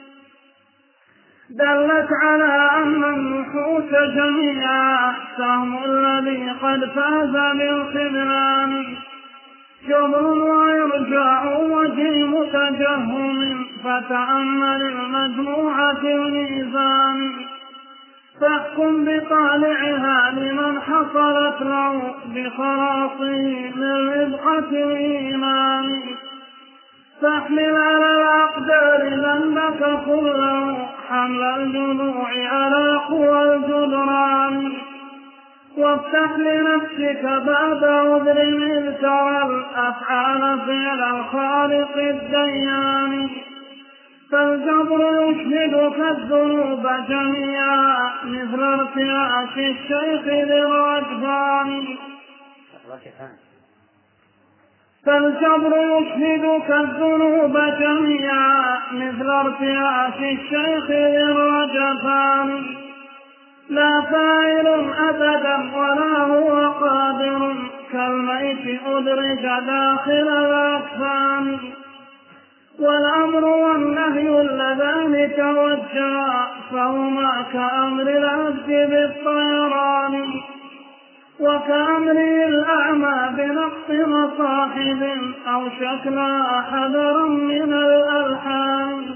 دلت على أن النحوس جميعا سهم الذي قد فاز بالخذلان. جبر وإرجاع وجيم تجهم فتأمل المجموعة الميزان. فاحكم بطالعها لمن حصلت له بخلاصه من ربحة الإيمان. فاحمل على الأقدار ذنبك كله حمل الجموع على قوى الجدران. وافتح لنفسك باب عذر إذ ترى الأفعال فعل الخالق الديان. فالجبر يشهدك الذنوب جميعا مثل ارتعاش الشيخ للرجفان. فالجبر يشهدك الذنوب جميعا مثل ارتعاش الشيخ للرجفان. لا فاعل أبدا ولا هو قادر كالميت أدرج داخل الأكفان. والأمر والنهي اللذان توجها فهما كأمر العبد بالطيران. وكأمره الأعمى بنقص مصاحب أو شكلها حذرا من الألحان.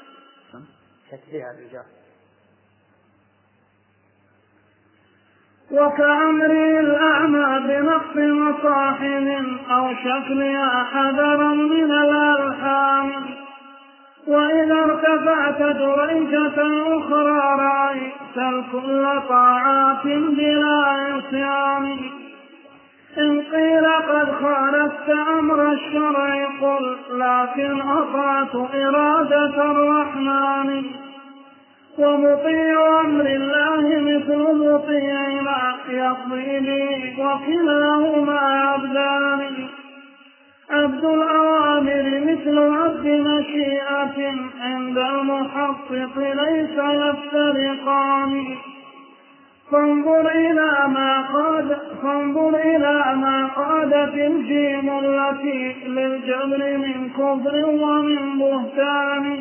وكأمره الأعمى بنقص مصاحب أو شكلها حذرا من الألحان. وإذا ارتفعت درجة أخرى رأيت الكل طاعات بلا عصيان. إن قيل قد خالفت أمر الشرع قل لكن أطعت إرادة الرحمن. ومطيع أمر الله مثل مطيع ما يقضي به وكلاهما عبدان. عبد الأوامر مثل عبد مشيئة عند المحقق ليس يفترقان. فانظر إلى ما قادت الجيم التي للجبر من كفر ومن بهتان.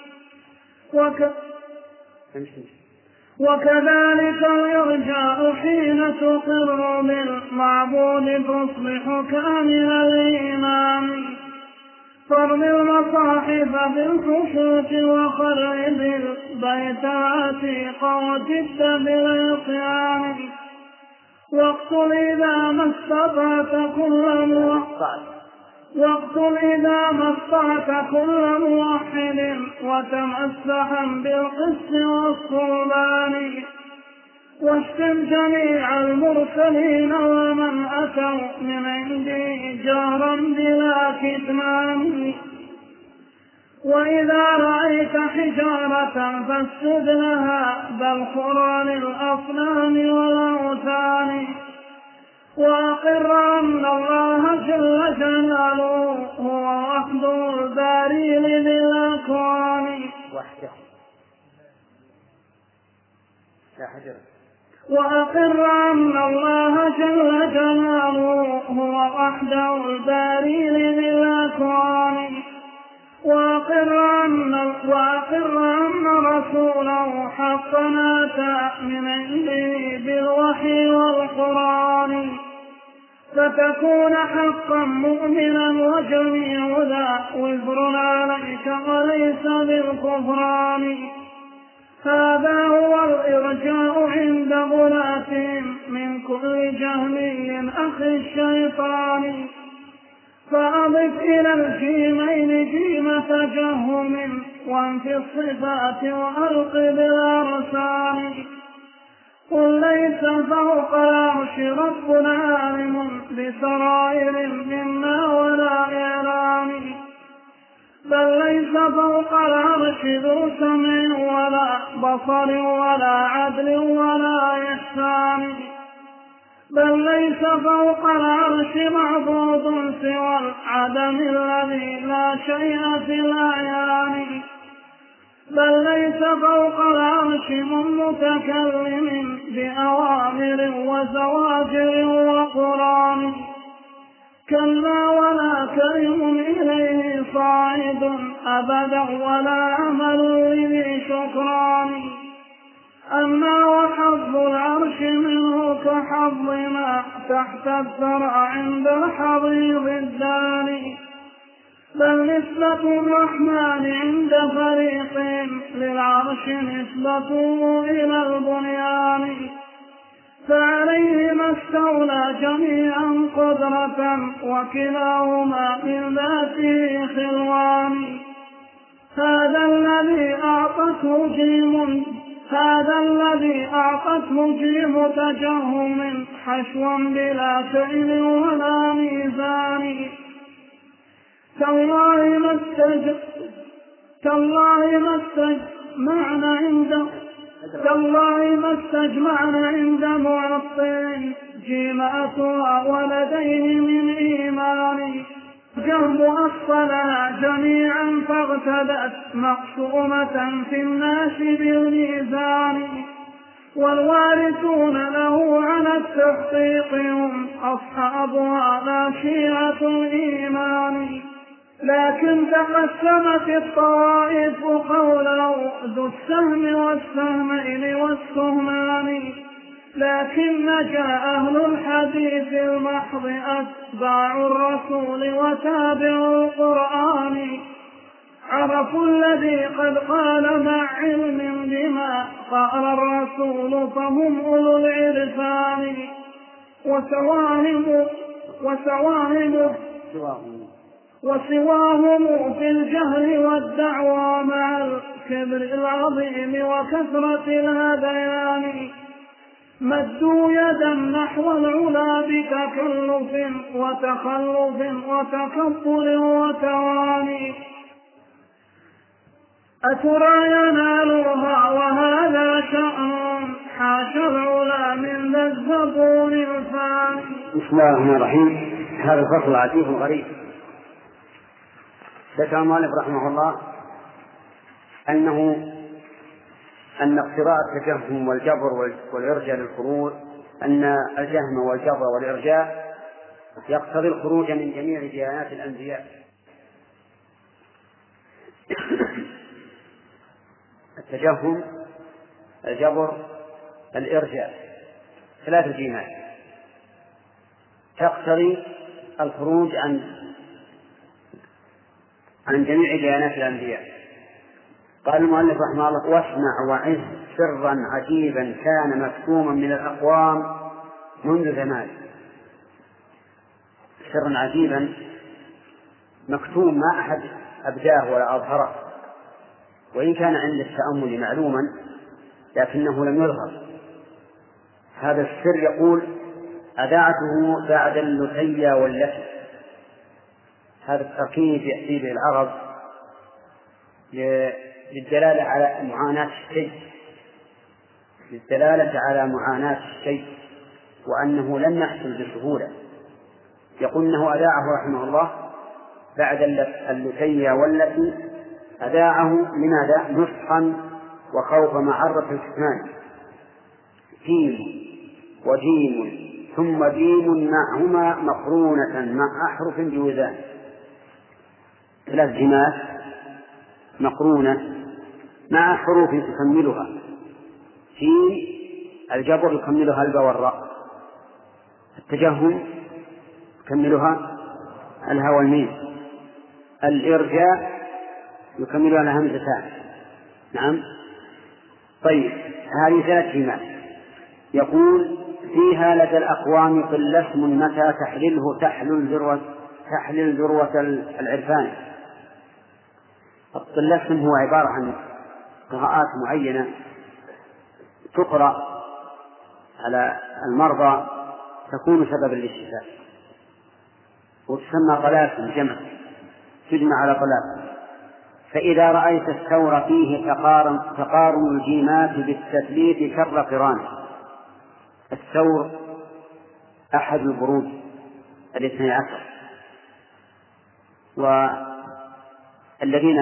وكذلك الإرجاء حين تقر بالمعبود تصبح كامل الإيمان. فرم المصاحف بالخشوع وخرب البيت العتيق وجد بالعصيان. واقتل إذا ما استطعت كل موحد وتمسحا بالقسط والصلبان. واشتم جميع المرسلين ومن أتوا من عندي جهرا بلا كتمان. وإذا رأيت حجارة فاسجد لها بل خر للأصنام والأوثان. وأقر أن الله جل جلاله هو وحده الباري للأكوان. وأقر أن الله جل جلاله هو وحده الباري للأكوان. وأقر أن رسوله حقا أتى من عنده بالوحي والقرآن. فتكون حقا مؤمنا وجميع ذا وزر عليك وليس بالكفران. هذا هو الإرجاء عند غلاتهم من كل جهمي أخي الشيطان. فأضف إلى الجيمين جيم تجهم وانفي الصفات وألق بالأرسال. قل ليس فوق العرش رب عالم بسرائر منا ولا إعلان. بل ليس فوق العرش ذو سمع ولا بصر ولا عدل ولا إحسان. بل ليس فوق العرش معبود سوى العدم الذي لا شيء في الأعيان، بل ليس فوق العرش من متكلم بأوامر وزواجر وقران، كلا ولا كريم إليه صاعد أبدا ولا عمل لذي شكران، أما وحظ العرش منه كحظ ما تحت الثرى عند الحضيض الداني، بل نسبة الرحمن عند فريقهم للعرش نسبته إلى البنيان، فعليهما استولى جميعا قدرة وكلاهما من ذاته خلوان، هذا الذي أعطته جيم تجهم حشوا بلا كيل ولا ميزان، تالله ما استجمعنا عند معطل جيماتها ولديه من إيمان، جهم أصلها جميعا فاغتدت مقسومة في الناس بالميزان، والوارثون له على التحقيق هم أصحابها لا شيعة الإيمان، لكن تقسمت الطوائف قوله ذو السهم والسهمين والسهمان، لكن جاء أهل الحديث المحض أتباع الرسول وتابعوا القرآن، عرفوا الذي قد قال مع علم بما قال الرسول فهم أولو العرفان، وسواهم في الجهل والدعوى مع الكبر العظيم وكثرة الهذيان، مدوا يدا نحو العلا بتكلف وتخلف وتكبر وتواني، أترى ينالها وهذا شأن حاشا العلا من ذا الزبون الفاني. بسم الله الرحمن الرحيم. هذا الفصل عجيب غريب. ذكر المؤلف رحمه الله أن اقتراء التجهم والجبر والإرجاء للخروج، أن الجهم والجبر والإرجاء يقتضي الخروج من جميع ديانات الأنبياء. التجهم، الجبر، الإرجاء، ثلاث جيمات تقتضي الخروج عن جميع ديانات الأنبياء. قال المؤلف رحمه الله: واسمع وعز سرا عجيبا كان مكتوما من الأقوام منذ زمان. سرا عجيبا مكتوم ما أحد أبداه ولا أظهره، وإن كان عند التأمل معلوما لكنه لم يظهر. هذا السر يقول أذاعته بعد اللثية واللثة. هذا التركيب يأتي به العرب للدلالة على معاناة الشيء وأنه لن يحصل بسهولة. يقول إنه أذاعه رحمه الله بعد اللثية والتي أذاعه لماذا؟ نصحا وخوف معرة الكتمان. جيم وجيم ثم جيم معهما مقرونة مع أحرف بوزان. ثلاث جيمات مقرونة مع حروف تكملها. جيم الجبر يكملها الباء والراء، التجهم يكملها الهاء والميم، الإرجاء يكملها الهمزتان. نعم. طيب، هذه ثلاث جيمات. يقول: فيها لدى الأقوام قل اسم متى تحلله تحلل ذروة العرفان. الطلسم هو عبارة عن قراءات معينة تقرأ على المرضى تكون سببا للشفاء، وتسمى طلاسم جمع، تجمع على طلاسم. فإذا رأيت الثور فيه تقارن الجيمات بالتثليث كالرقران. الثور أحد البروج 12، والذين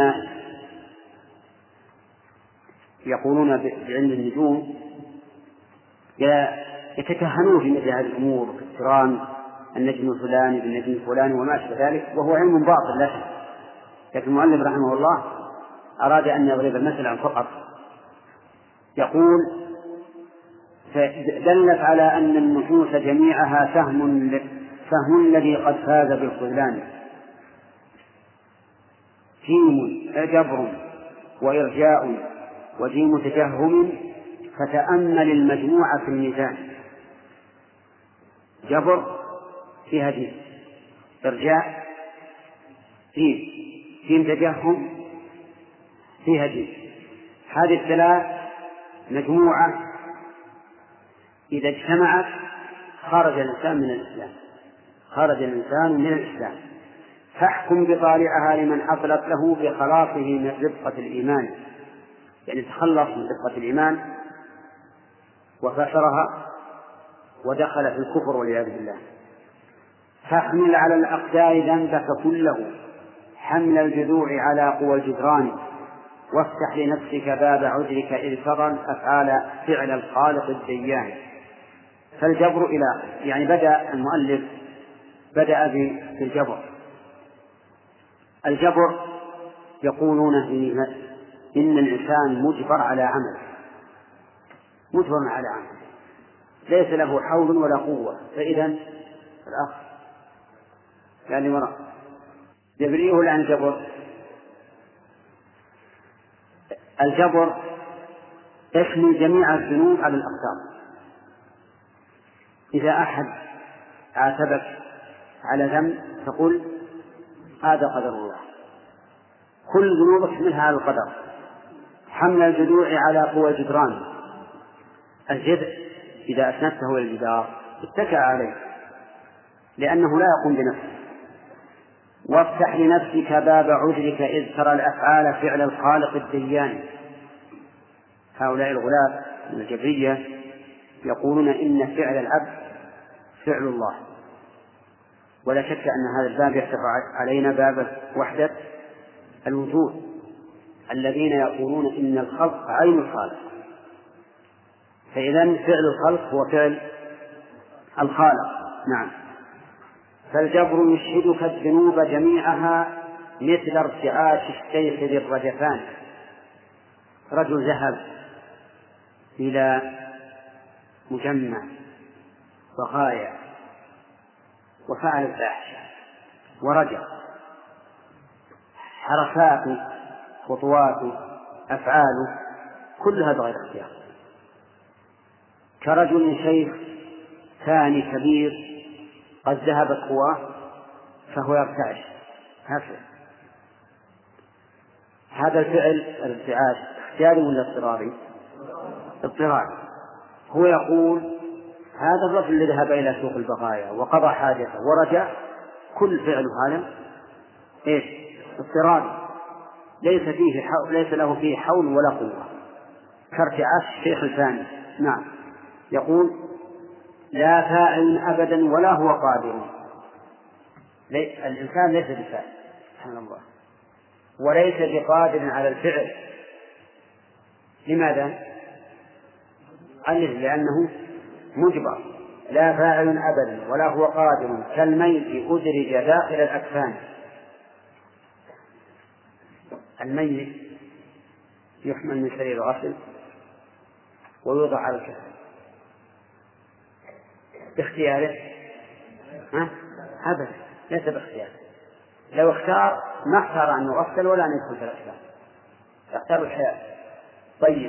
يقولون بعلم النجوم يتكهنون في مثل هذه الأمور باقتران النجم الفلاني بالنجم الفلاني وما أشبه ذلك، وهو علم باطل لا شك. لكن المؤلف رحمه الله أراد أن يضرب مثلا فقط، يقول دلت على أن النفوس جميعها سهم الذي قد فاز بالخذلان، جيم جبر وإرجاء وجيم تجهم، فتأمل المجموعة في الميزان. جبر فيها جيم، إرجاء جيم تجهم فيها جيم. هذه الثلاث مجموعة إذا اجتمعت خرج الإنسان من الإسلام. فاحكم بطالعها لمن حصلت له بخلاصه من رفقة الإيمان، يعني تخلص من رفقة الإيمان وفشرها ودخل في الكفر والعياذ بالله. فاحمل على الأقدار ذنبك كله حمل الجذوع على قوى الجدران، وافتح لنفسك باب عذرك إذ ترى الأفعال فعل الخالق الديان. فالجبر إلى يعني بدأ المؤلف بالجبر. الجبر يقولون إن الإنسان مجبر على عمل، ليس له حول ولا قوة. فإذا الأخ يعني وراء جبريه عن الجبر يشمل جميع الذنوب على الأقدار. إذا أحد عاتبك على ذنب تقول هذا قدر الله، كل ذنوبك منها على القدر. حمل الجذوع على قوى الجدران، الجذع إذا أسندته إلى الجدار اتكأ عليه لأنه لا يقوم بنفسه. وافتح لنفسك باب عذرك إذ ترى الأفعال فعل الخالق الديان. هؤلاء الغلاة من الجبرية يقولون إن فعل العبد فعل الله، ولا شك أن هذا الباب يفتح علينا باب وحدة الوجود، الذين يقولون إن الخلق عين الخالق. فإذا فعل الخلق هو فعل الخالق. نعم. فالجبر يشهدك الذنوب جميعها مثل ارتعاش الشيخ ذي الرجفان. رجل ذهب إلى مجمع بغايا وفعل الفاحشة ورجع، حركاته خطواته أفعاله كلها بغير اختيار. كرجل شيخ ثاني كبير قد ذهبت قواه فهو يرتعش هكذا. هذا الفعل الارتعاش اختياري ولا اضطراري؟ اضطراري. هو يقول هذا الرجل الذي ذهب إلى سوق البغايا وقضى حاجته ورجع كل فعل هذا ايش؟ اضطراري، ليس له فيه حول ولا قوة، كارتعاش الشيخ الثاني. نعم. يقول لا فاعل أبدا ولا هو قادر. الإنسان ليس بفاعل سبحان الله، وليس بقادر على الفعل. لماذا؟ لأنه مجبر. لا فاعل أبدا ولا هو قادر كالميت أدرج داخل الأكفان. الميت يحمل من سرير غسل ويوضع على الكفن باختياره؟ أبدا ليس باختياره. لو اختار ما اختار أن يغسل ولا أن يدخل في الأكفان، اختار الحياة. طيب.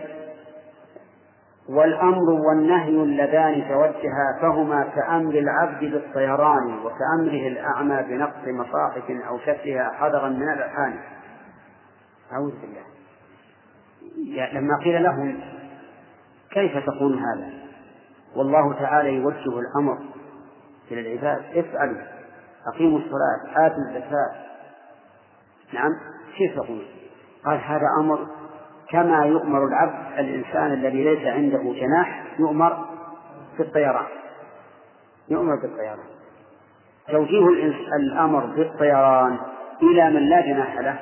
والأمر والنهي اللذان توجها فهما كأمر العبد بالطيران وكأمره الأعمى بنقص مصاحف أو شكلها حذرا من الألحان. أعوذ بالله. لما قيل لهم كيف تقول هذا والله تعالى يوجه الأمر إلى العباد افعلوا أقيموا الصلاة آتوا الزكاة، نعم، كيف تقول؟ قال هذا أمر كما يؤمر العبد الإنسان الذي ليس عنده جناح يؤمر في الطيران. يؤمر بالطيران. توجيه الأمر بالطيران إلى من لا جناح له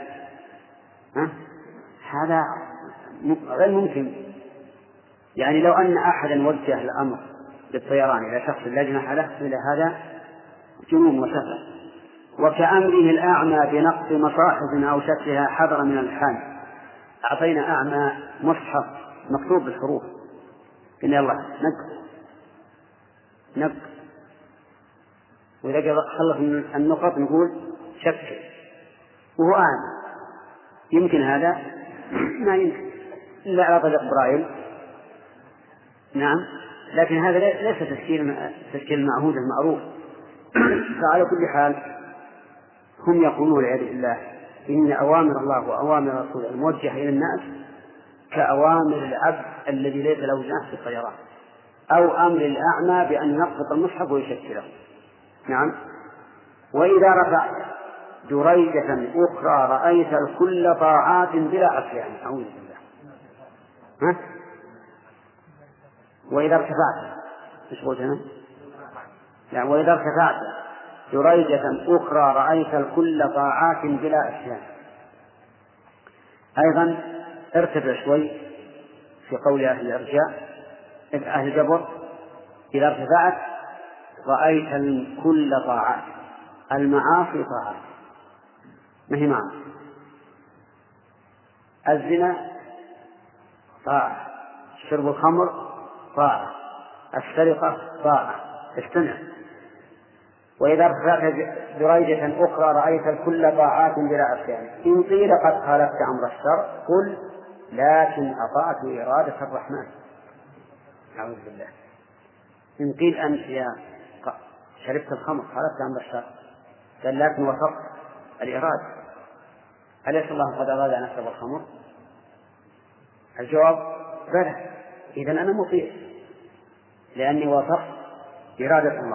هذا غير ممكن. يعني لو أن أحدا وجه الأمر بالطيران إلى شخص لا جناح له إلى هذا جنون وسفه. وكأمره الأعمى بنقص مصاحف أو شكلها حذرا من الحال. أعطينا أعمى مصحف مكتوب بالحروف، قلنا يلا نق وإذا خلص من النقط نقول شكل وهو أعمى. يمكن هذا؟ ما يمكن إلا على طريق برايل. نعم، لكن هذا ليس تشكيل معهود المعروف. فعلى كل حال هم يقولون والعياذ بالله إن أوامر الله وأوامر رسوله الموجهة إلى الناس كأوامر العبد الذي ليس له جناح في الطيران، أو أمر الأعمى بأن ينقط المصحف ويشكله. نعم. وإذا رفعت دريجة أخرى رأيت الكل طاعات بلا عصيان. أعوذ بالله. وإذا ارتفعت إيش قلت هنا؟ يعني وإذا ارتفعت دريجة أخرى رأيت الكل طاعات بلا عصيان. أيضا ارتفع شوي في قول أهل الإرجاء أهل الجبر، إذا ارتفعت رأيت الكل طاعات. المعاصي طاعات، ما هي معنى؟ الزنا طاعة، شرب الخمر طاعة، السرقة طاعة. استمع. وإذا ارتفعت دريجة أخرى رأيت الكل طاعات بلا عصيان. إن قيل قد خالفت أمر الشرع قل لكن أطعت إرادة الرحمن. أعوذ بالله. إن قيل أنت يا شربت الخمر خالفت أمر الشرع، قال لكن وفقت الإرادة. أليس الله قد أراد أن أشرب الخمر؟ الجواب بلى. إذن أنا مطيع لأني وافقت إرادة الله.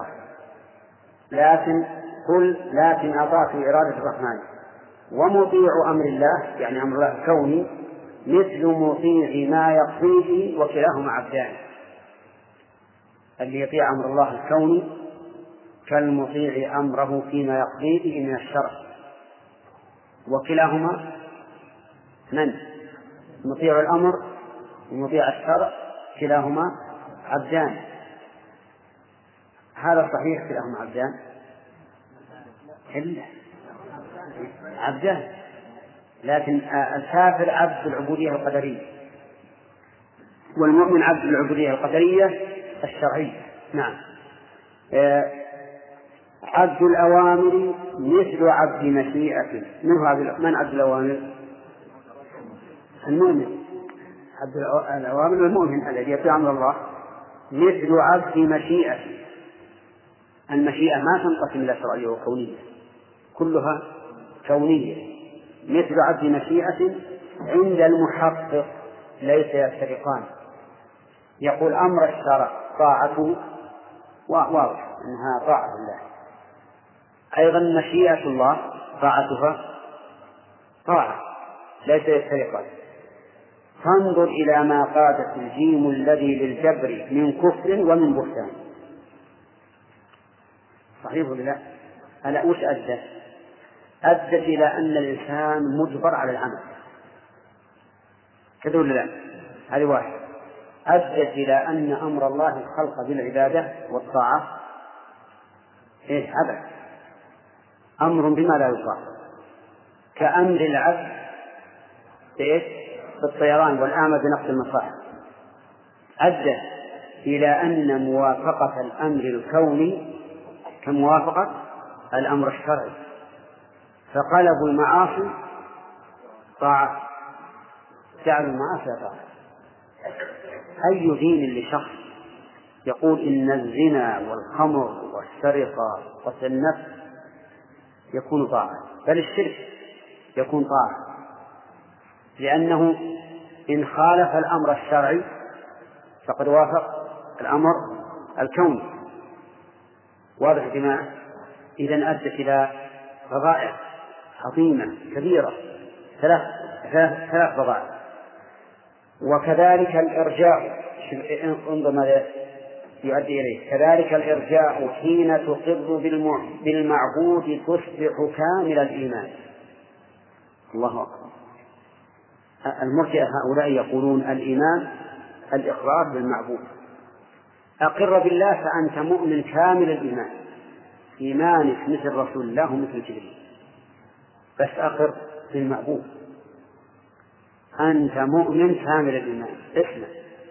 لكن أطعت إرادة الرحمن. ومطيع أمر الله يعني أمر الله الكوني مثل مطيع ما يقضيه، وكلاهما عبدان. اللي يطيع أمر الله الكوني كالمطيع أمره فيما يقضيه من الشرع، وكلاهما من؟ مطيع الأمر ومطيع الشرع كلاهما عبدان. هذا صحيح كلاهما عبدان؟ إلا عبدان، لكن الكافر عبد العبودية القدرية، والمؤمن عبد العبودية القدرية الشرعية. نعم. عبد الأوامر مثل عبد مشيئة. من عبد الأوامر؟ المؤمن. عبد الأوامر المؤمن الذي يطيع أمر الله مثل عبد مشيئة. المشيئة ما تنقسم إلى شرعية وكونية، كلها كونية. مثل عبد مشيئة عند المحقق ليس يفترقان. يقول أمر الشرع طاعته واضح أنها طاعة الله، أيضا مشيئة الله طاعتها طاعة ليس يفترقان. فانظر إلى ما قادت الجيم الذي للجبر من كفر ومن بهتان. صحيح ولا لا؟ ألا وش أدت إلى أن الإنسان مجبر على العمل، كذا ولا لا؟ هذه واحد. أدت إلى أن أمر الله الخلق بالعبادة والطاعة عبث، أمر بما لا يطاع، كأمر العبد بالطيران والأعمى بنقص المصاحف. أدت إلى أن موافقة الأمر الكوني كموافقة الأمر الشرعي، فقلبوا المعاصي طاعة، جعلوا المعاصي طاعة. أي دين لشخص يقول إن الزنا والخمر والسرقة وقتل النفس يكون طاعة، بل الشرك يكون طاعة، لأنه إن خالف الأمر الشرعي فقد وافق الأمر الكوني. واضح يا جماعة؟ إذن أدت إلى فضائح عظيمة كبيرة، ثلاث فضائح. وكذلك الإرجاء. انظر ماذا يؤدي إليه. كذلك الإرجاء حين تقر بالمعبود تصبح كامل الإيمان. الله أكبر. المرجئة هؤلاء يقولون الإيمان الإقرار بالمعبود. أقر بالله فأنت مؤمن كامل الإيمان، إيمانك مثل رسول الله ومثل جبريل، بس أقر بالمعبود أنت مؤمن كامل الإيمان. اسمع،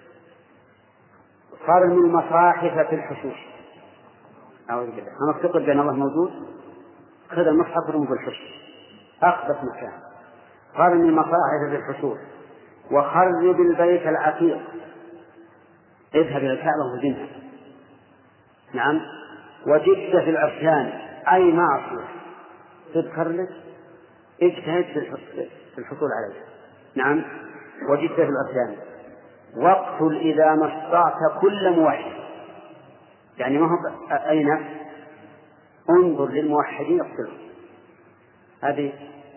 قارن المصاحف في الحشوش. أعوذ بالله، أنا أعتقد بأن الله موجود، خذ المصحف ورمه في الحشوش أخبث مكان. قارن المصاحف في الحشوش وخرب البيت العتيق، اذهب إلى الكعبة وزنها. نعم. وجد في العصيان أي معصية تذكر لك اجتهد في الحصول عليها. نعم. وجد في العصيان واقتل إذا ما استطعت كل موحد، يعني ما هو أين انظر للموحدين اقتلهم هذه.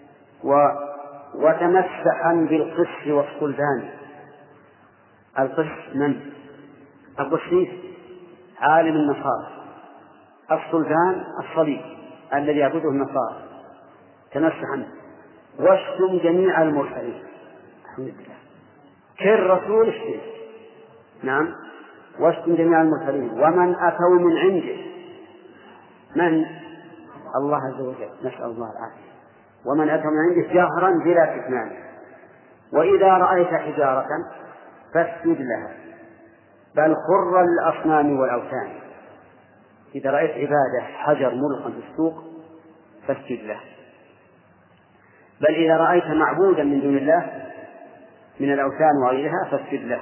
وتمسحا بالقس والصلبان. القس من؟ القسيس عالم النصارى، الصلبان الصليب الذي يعبده النصارى، تمسحا. واشتم جميع المرسلين، كل رسول اشتم. نعم. واشتم جميع المرسلين ومن أتوا من عنده، من؟ الله عز وجل، نسأل الله العافية. ومن أتوا من عنده جهرا بلا كتمان. وإذا رأيت حجارة فاسجد لها، بل خر للأصنام والأوثان. إذا رأيت عبادة حجر ملقا في السوق فاسجد له. بل إذا رأيت معبودا من دون الله من الأوثان وغيرها فاسجد له.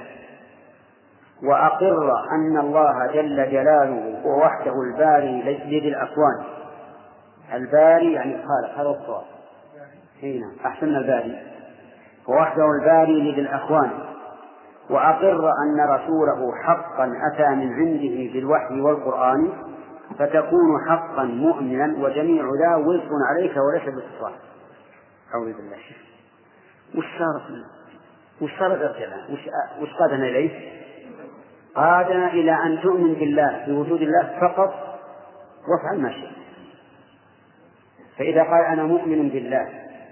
وأقر أن الله جل جلاله ووحده الباري لذي الأكوان. الباري يعني الخالق، هذا الصواب. هنا أحسن الباري، ووحده الباري لذي الأكوان. وأقر أن رسوله حقا أتى من عنده بالوحي والقرآن، فتكون حقا مؤمنا وجميع ذا وزر عليك وليس بالكفار. أعوذ بالله. وش صار الارتداد؟ وش قادنا إليه؟ قادنا إلى أن تؤمن بالله بوجود الله فقط وافعل ما شئت. فإذا قال أنا مؤمن بالله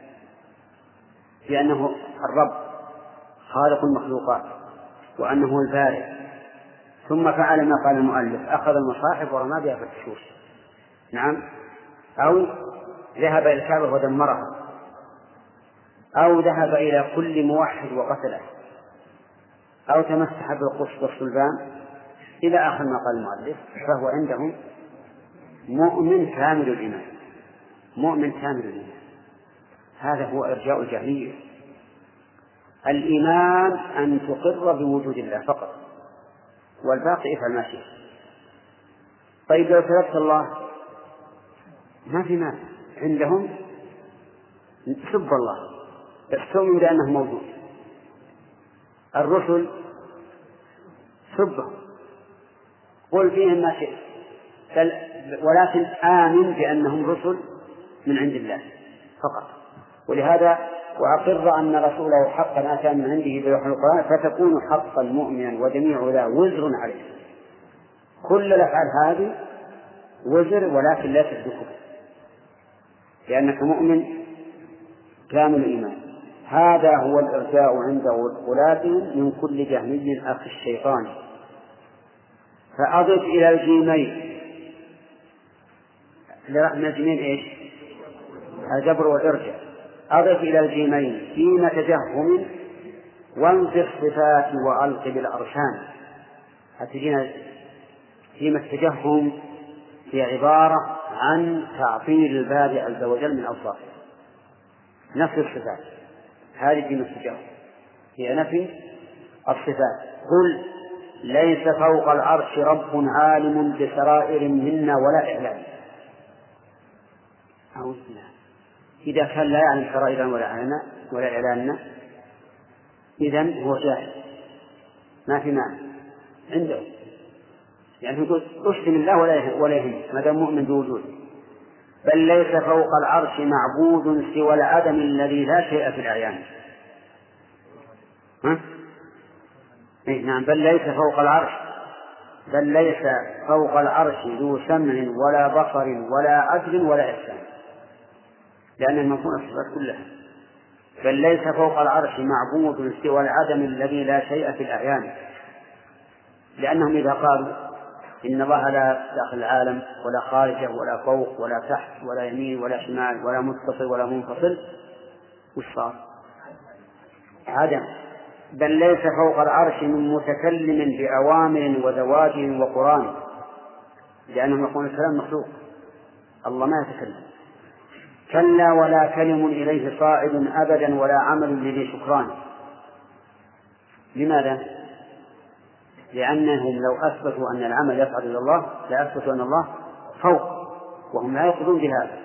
بأنه الرب خالق المخلوقات وأنه البارئ، ثم فعل ما قال المؤلف، أخذ المصاحف ورمى بها في الحشوش. نعم. أو ذهب إلى الكعبة ودمرها، أو ذهب إلى كل موحد وقتله، أو تمسح بالقص والصلبان إلى آخر ما قال المؤلف، فهو عندهم مؤمن كامل الإيمان، مؤمن كامل الإيمان. هذا هو إرجاء الجهمية. الإيمان أن تقر بوجود الله فقط، والباقي افعل ما شئت. طيب لو تركت الله ما في مانع، عندهم سب الله بس تؤمن بأنه موجود. الرسل سبهم، قل فيهم ما شئت، ولكن آمن بأنهم رسل من عند الله فقط. ولهذا وأقر أن رسوله حقا أتى من عنده بوحي القرآن، فتكون حقا مؤمنا وجميع ذا وزر عليه. كل الأفعال هذه وزر ولكن لا تدركه، لأنك مؤمن كامل الإيمان. هذا هو الإرجاء عند غلاتهم من كل جهمي أخي الشيطان. فأضف إلى الجيمين، من الجيمين إيش؟ الجبر والإرجاء. أضف إلى الجيمين فيما تجهم وانفي الصفات وألق بالأرشان. هتجينا فيما التجهم هي عبارة عن تعطيل الباري عز وجل من أوصافه، نفي الصفات. هذه فيما التجهم هي نفي الصفات. قل ليس فوق العرش رب عالم بسرائر منا ولا إعلان. أعوذ بالله. إذا كان لا يعلم سرائرنا ولا إعلاننا إذن هو جاهل، ما في معنى عنده. يعني يقول أسلم الله ولا يهم ما دام مؤمن بوجوده. بل ليس فوق العرش معبود سوى العدم الذي لا شيء في الأعيان. نعم. بل ليس فوق العرش بل ليس فوق العرش ذو سمع ولا بصر ولا عدل ولا إحسان، لأن المفهوم الصفات كلها. بل ليس فوق العرش معبود سوى العدم الذي لا شيء في الأعيان، لأنهم إذا قالوا إن الله لا داخل العالم ولا خارجه ولا فوق ولا تحت ولا يمين ولا شمال ولا متصل ولا منفصل، وش صار؟ عدم. بل ليس فوق العرش من متكلم بأوامر وزواجر وقرآن، لأنهم يقولون الكلام مخلوق، الله ما يتكلم. كلا ولا كلم إليه صاعد أبدا ولا عمل لذي شكران. لماذا؟ لأنهم لو أثبتوا أن العمل يصعد إلى الله لأثبتوا أن الله فوق، وهم لا يقولون بهذا.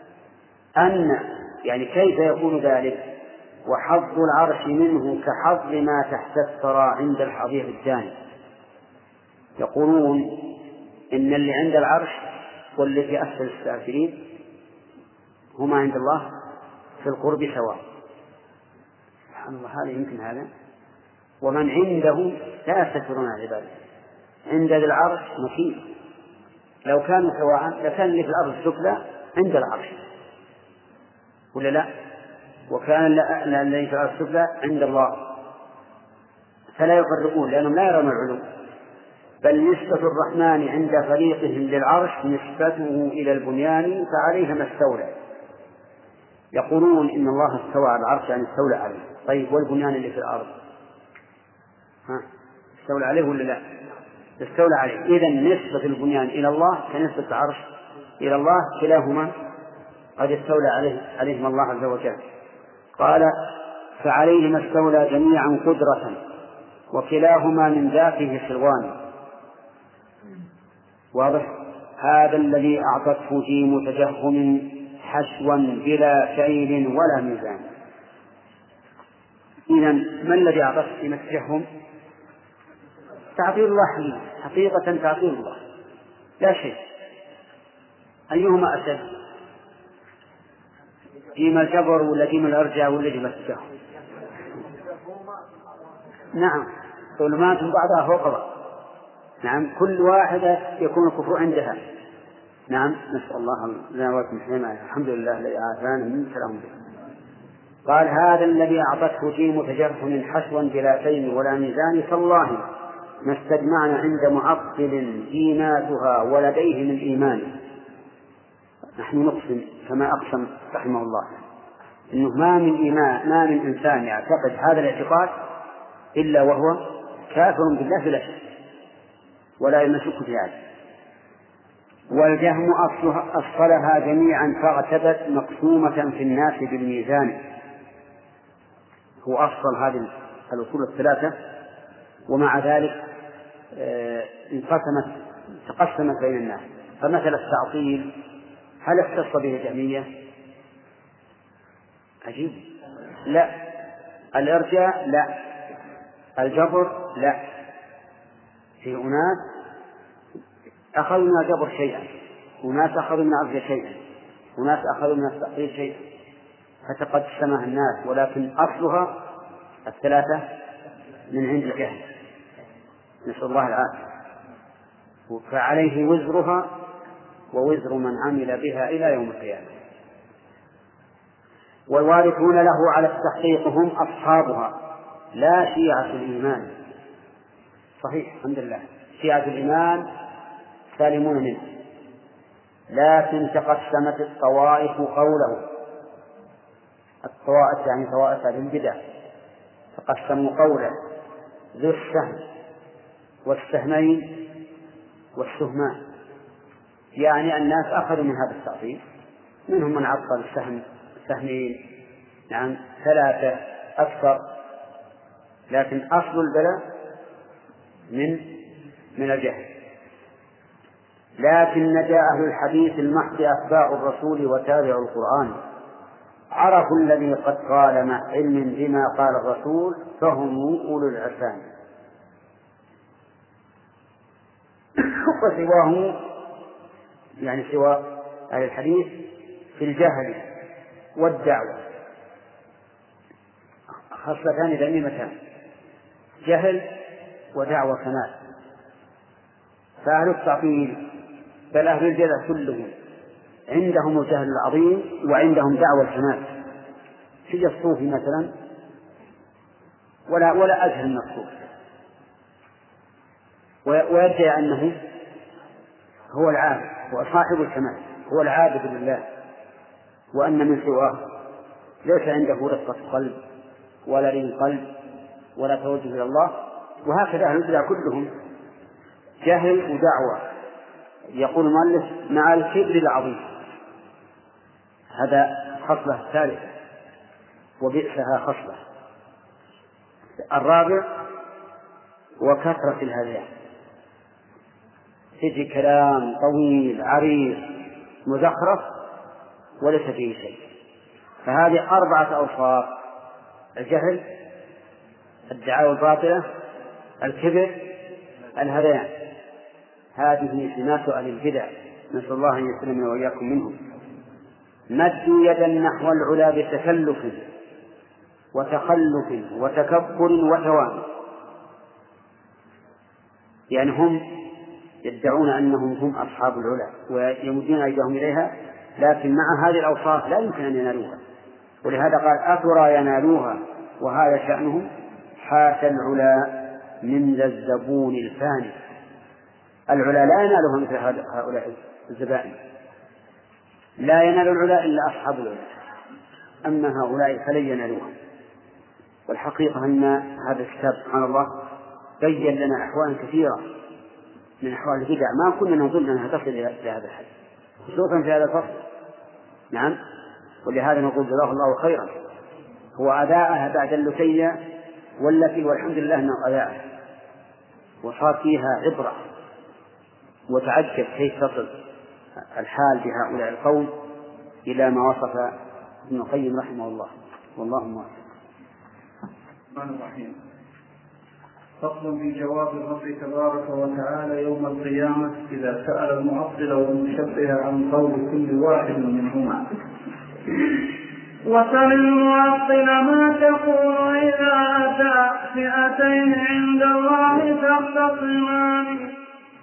يعني كيف يكون ذلك وحظ العرش منه كحظ ما تحت الثرى عند الحضيض الداني؟ يقولون إن اللي عند العرش واللي في أسفل السافلين هما عند الله في القرب سواء. سبحان الله، هذا يمكن هذا؟ ومن عنده لا يستكبرون عن عباده. عند ذي العرش مكين، لو كانوا سواء لكان اللي في الأرض السفلى عند العرش، ولا لا؟ وكان الذي في الأرض السفلى عند الله، فلا يفرقون لأنهم لا يرون العلو. بل نسبة الرحمن عند فريقهم للعرش نسبته إلى البنيان فعليه ما استولى. يقولون إن الله استوى على العرش يعني استولى عليه. طيب والبنيان اللي في الأرض استولى عليه ولا لا؟ استولى عليه. إذن نسبة البنيان إلى الله كنسبة العرش إلى الله، كلاهما قد استولى عليهما الله عز وجل. قال فعليه ما استولى جميعا قدرة وكلاهما من ذاته سلوان. واضح؟ هذا الذي أعطته جيم تجهم حشوا بلا كيل ولا ميزان. إذن ما الذي أعطته جيم التجهم؟ تعطيل الله، حقيقة تعطيل الله لا شيء. أيهما أشد؟ جيم الجبر ولا جيم الأرجاء ولا جيم التجهم؟ نعم، ظلمات بعضها فوق بعض. نعم، كل واحدة يكون الكفر عندها. نعم، نسأل الله لنا ولكم السلامة. الحمد لله الذي عافانا من سلام. قال هذا الذي أعطته جيم تجهم حشوا بلا شيء ولا ميزان فالله ما استجمعنا عند معطل جيناتها ولديه من إيمان. نحن نقسم كما أقسم رحمه الله إنه ما من إنسان يعتقد هذا الاعتقاد إلا وهو كافر بالله بلا شك ولا يمسك في هذا. والجهم أصلها جميعا فاغتبت مقسومة في الناس بالميزان. هو أصل هذه الأصول الثلاثة، ومع ذلك تقسمت بين الناس. فمثل التعطيل هل اختص به الجهمية؟ عجيب، لا. الإرجاء لا. الجبر لا. في أناس أخذوا من الجبر شيئا، وناس أخذوا من الإرجاء شيئا، وناس أخذوا من التعطيل شيئا، فتقسمها الناس، ولكن أصلها الثلاثة من عند الجهل، نسأل الله العافية. فعليه وزرها ووزر من عمل بها إلى يوم القيامة. والوارثون له على التحقيق هم أصحابها لا شيعة الإيمان. صحيح، الحمد لله، شيعة الإيمان سالمون منه، لكن تقسمت الطوائف قوله. الطوائف يعني طوائف البدع، تقسموا قوله ذو السهم والسهمين والسهمان، يعني الناس أخذوا من هذا التعطيل، منهم من عطل سهمين، نعم، ثلاثة أكثر، لكن أصل البلاء من الجهل. لكن نجا أهل الحديث المحض أتباع الرسول وتابعوا القرآن، عرفوا الذي قد قال مع علم بما قال الرسول فهم أولو العرفان. وسواه يعني سوى أهل الحديث في الجهل والدعوة خصلتان ذميمتان، جهل ودعوة كمال. فأهل التعطيل بل أهل البدع كلهم عندهم الجهل العظيم وعندهم دعوى الحماس. في الصوفي مثلا ولا أجهل من الصوفي، ويدعي أنه هو العابد وصاحب الكمال، هو العابد لله، وأن من سواه ليس عنده رقة قلب ولا لين قلب ولا توجه إلى الله. وهكذا أهل البدع كلهم جهل ودعوة. يقول المؤلف مع الكبر العظيم، هذا خصلة ثالثة وبئسها خصلة. الرابع وكثرة الهذيان، يجي كلام طويل عريض مزخرف وليس فيه شيء. فهذه 4 أوصاف: الجهل، الدعاوى الباطلة، الكبر، الهذيان. هذه سمات أهل البدع، نسأل الله أن يسلمنا وإياكم منهم. مدوا يدا نحو العلا بتكلف وتخلف وتكبر وتوان. يعني هم يدعون أنهم هم أصحاب العلا ويمدون أيديهم إليها، لكن مع هذه الأوصاف لا يمكن أن ينالوها. ولهذا قال أترى ينالوها وهذا شأنهم حاش العلا من ذا الزبون الفاني. العلا لا ينالها مثل هؤلاء الزبائن، لا ينال العلا إلا أصحاب العلا، أما هؤلاء فلن ينالوها. والحقيقة أن هذا الكتاب سبحان الله بين لنا أحوال كثيرة من أحوال البدع ما كنا نظن أنها تصل إلى هذا الحد، خصوصا في هذا الفصل. نعم، ولهذا نقول جزاه الله خيرا، هو أداءها بعد اللثية والتي والحمد لله أنه أداءها وصار فيها عبرة. وتعجب كيف تصل الحال بهؤلاء القوم إلى ما وصف ابن القيم رحمه الله، والله موفق. الرحمن الرحيم. فصل في جواب الرب تبارك وتعالى يوم القيامة إذا سأل المعطل والمشبه عن قول كل واحد منهما. وسل المعطل ما تقول إذا أتى فئتين عند الله تختصمان.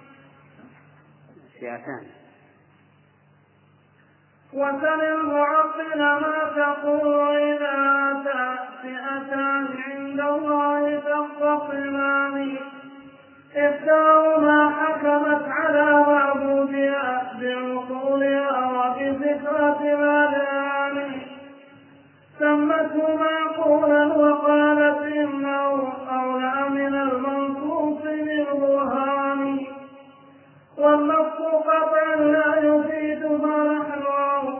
وسل المعطل ما تقول إذا أتى فئتان عند الله تختصمان. إحداهما حكمت على معبودها بعقولها وبفكرة الأذهان، سمته معقولا وقالت إنه أولى من المنصوص بالبرهان. والنص قطعا لا يفيد ما نحن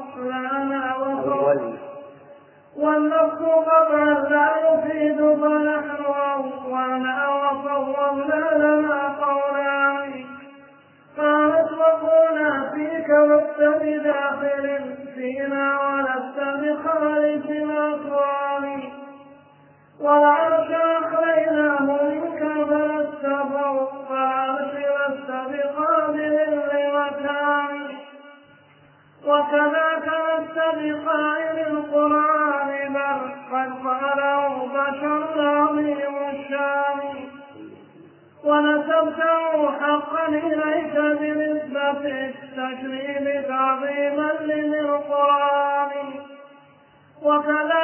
والنص قطعا لا يفيد ما نحن وأنا وصورنا لنا قولان. قالت وقلنا فيك لست بداخل فينا ولست بخارج الأقوال. والعرش أخريناه منك فلست فوق العرش لست بقابل لمكان. وكذاك لست بقائل القرآن بل قد قاله بشر عظيم الشان. ونسبته حقا إليك بنسبة التشريف تعظيما لذي القرآن. وكذا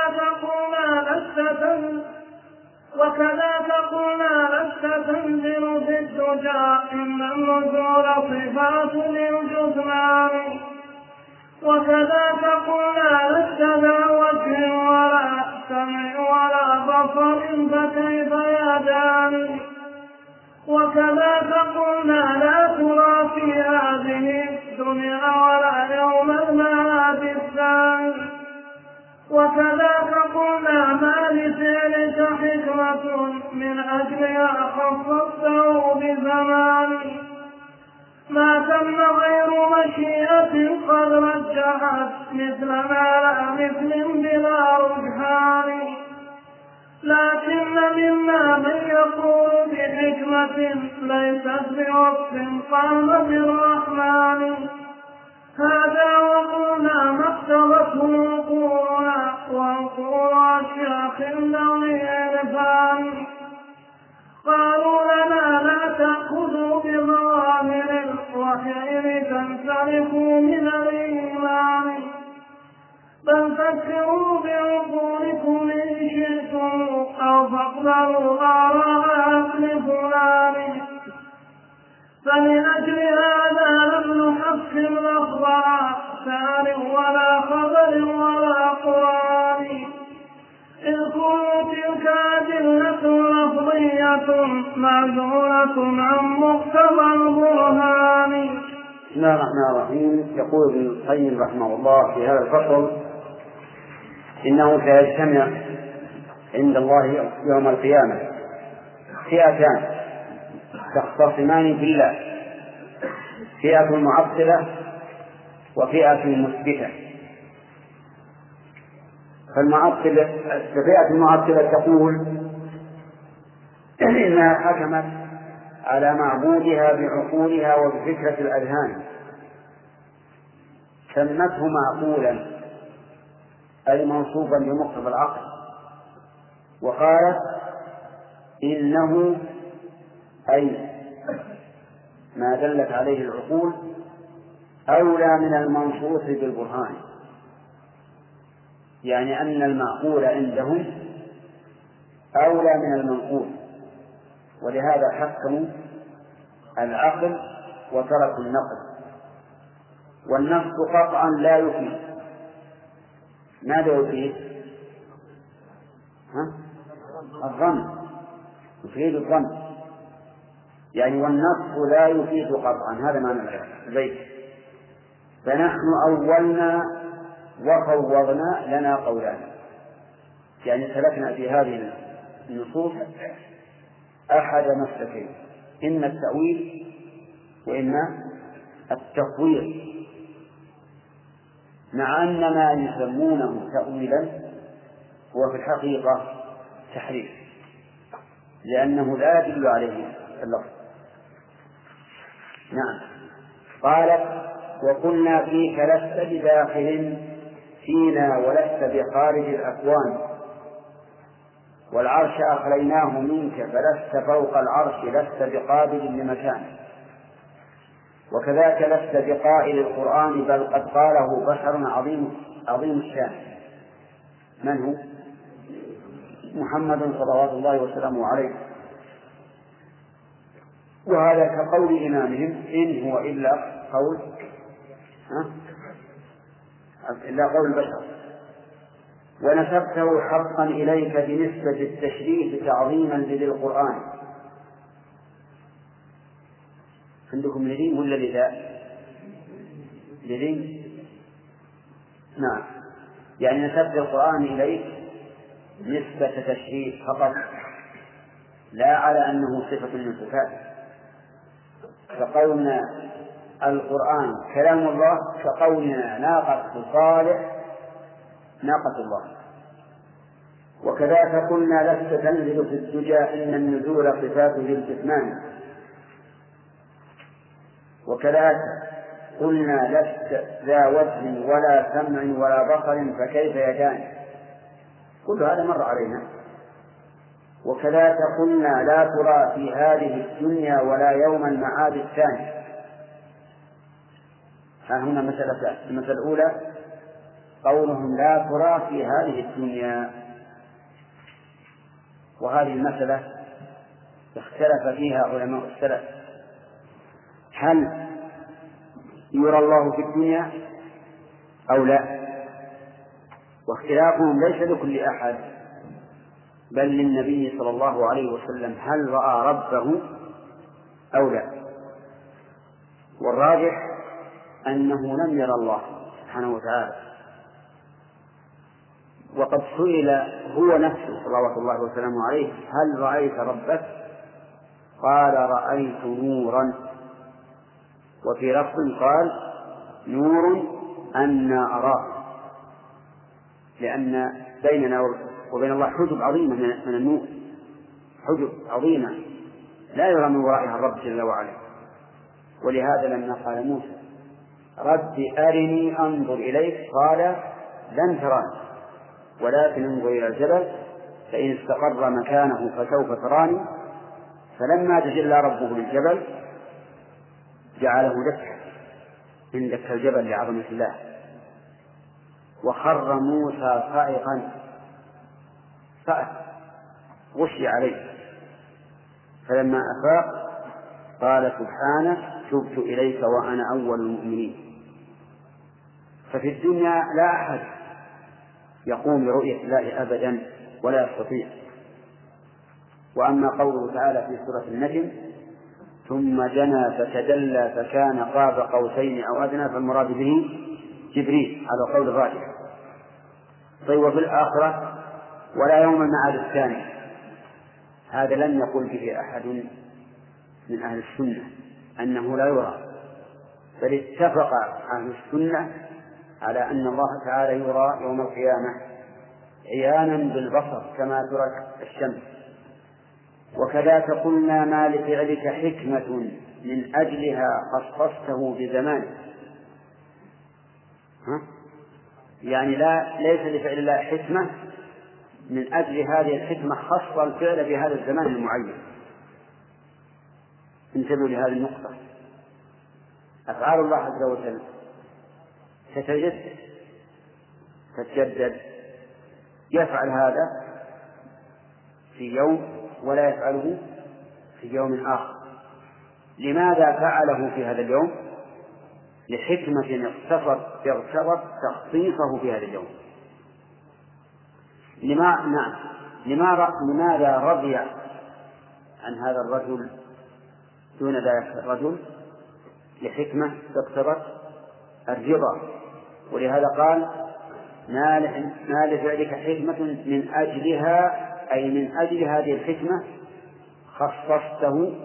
تقولنا لست تنزل في الدجى إن النزول صفات للجثمان. وكذا تقولنا لست ذا وجه ولا سمع ولا بصر فكيف يدان. وكذا تقولنا لا ترى في هذه الدنيا ولا يوم المعاد الثاني. وكذا تقولنا ما لفعلك حكمة من أجلها خصصته بزمان. ما تم غير مشيئة قد رجحت مثل ما لا مثل بلا رجحان. لكن منا من يقول بحكمة ليست بوصف قام بالرحمن. هذا وقلنا ما اقتضته عقولنا وعقول أشياخ ذوي عرفان. قالوا لنا لا تأخذوا بظواهر فكروا بعقولكم إن شئتم أو فاقبلوا آراء لفلان. فلأجل هذا لم نحكم لفظ آثار ولا خبر ولا قرآن، إذ كل تلك أدلة لفظية معزولة عن مقتضى البرهان. بسم الله الرحمن الرحيم. يقول ابن القيم رحمه الله في هذا الفصل: إنه سيجتمع عند الله يوم القيامة فئتان تختصمان في الله، فئة معطلة وفئة مثبتة. فئة المعطلة تقول إنها حكمت على معبودها بعقولها وبفكرة الأذهان، سمته معقولا أي موصوفا بمقتضى العقل، وقالت إنه أي ما دلت عليه العقول أولى من المنصوص بالبرهان، يعني أن المعقول عندهم أولى من المنقول، ولهذا حكموا العقل وتركوا النقل. والنص قطعا لا يفيد. ماذا يفيد؟ الظن، يفيد الظن، يعني والنص لا يفيد قطعا، هذا معنى البيت. فنحن أولنا وفوضنا لنا قولان، يعني سلكنا في هذه النصوص أحد مسلكين، إما التأويل وإما التفويض، مع أن ما يسمونه تأويلا هو في الحقيقة تحريف، لأنه لا يدل عليه اللفظ. نعم. قالت: وقلنا فيك لست بداخل فينا ولست بخارج الأكوان، والعرش أخليناه منك فلست فوق العرش، لست بقابل لمكان. وكذاك لست بقائل القرآن، بل قد قاله بشر عظيم الشان. من هو؟ محمد صلوات الله وسلامه عليه. وهذا كقول إمامهم: إن هو إلا قول البشر. ونسبته حقا إليك بنسبة التشريف تعظيما لذي القرآن. عندكم لذي ولا لذا؟ لذي. نعم، يعني نسبت القرآن إليك نسبة تشريف فقط، لا على أنه صفة من صفاته. فقولنا القرآن كلام الله كقولنا ناقة صالح ناقة الله. وكذلك قلنا لست تنزل في الدجى، إن النزول صفات للجسمان. وكذلك قلنا لست ذا وجه ولا سمع ولا بصر، فكيف يدان. كل هذا مر علينا. وكذلك قلنا لا ترى في هذه الدنيا ولا يوم المعاد الثاني. ها هنا مسألتان: المسألة الأولى قولهم لا ترى في هذه الدنيا، وهذه المسألة اختلف فيها علماء السلف، هل يرى الله في الدنيا أو لا؟ واختلافهم ليس لكل أحد، بل للنبي صلى الله عليه وسلم، هل رأى ربه أو لا؟ والراجح أنه لم يرى الله سبحانه وتعالى. وقد سئل هو نفسه صلوات الله وسلامه عليه: هل رأيت ربك؟ قال: رأيت نورا. وفي لفظ قال: نور أنا أراه، لأن بيننا وبين الله حجب عظيمة من النور، حجب عظيمة لا يرى من ورائها الرب جل وعلا. ولهذا لما قال موسى: رب أرني أنظر إليك، قال: لن تراني ولكن انظر إلى الجبل فإن استقر مكانه فسوف تراني. فلما تجلى ربه للجبل جعله دكا من دك الجبل لعظمة الله. وخر موسى صائغا غشي عليه، فلما أفاق قال سبحانك تبت إليك وأنا أول المؤمنين. ففي الدنيا لا أحد يقوم برؤية الله أبدا ولا يستطيع. وأما قوله تعالى في سورة النجم ثم دنا فتدلى فكان قاب قوسين أو أدنى، فالمراد به جبريل على قول الراجح. طيب وفي الآخرة ولا يوم المعاد الثاني، هذا لم يقل به أحد من أهل السنة أنه لا يرى، بل اتفق أهل السنة على أن الله تعالى يرى يوم القيامة عيانا بالبصر كما ترى الشمس. وكذلك قلنا ما لفعلك حكمة من أجلها خصصته بزمانه، يعني ليس لفعل الله حكمة من أجل هذه الحكمة خص الفعل بهذا الزمان المعين. انتبهوا لهذه النقطة. أفعال الله عز وجل تتجدد، يفعل هذا في يوم ولا يفعله في يوم آخر. لماذا فعله في هذا اليوم؟ لحكمة اقتضت تخصيصه في هذا اليوم. لماذا رضي عن هذا الرجل دون ذلك الرجل؟ لحكمة اقتضت الرضا. ولهذا قال ما لفعلك حكمة من أجلها، أي من أجل هذه الحكمة خصصته،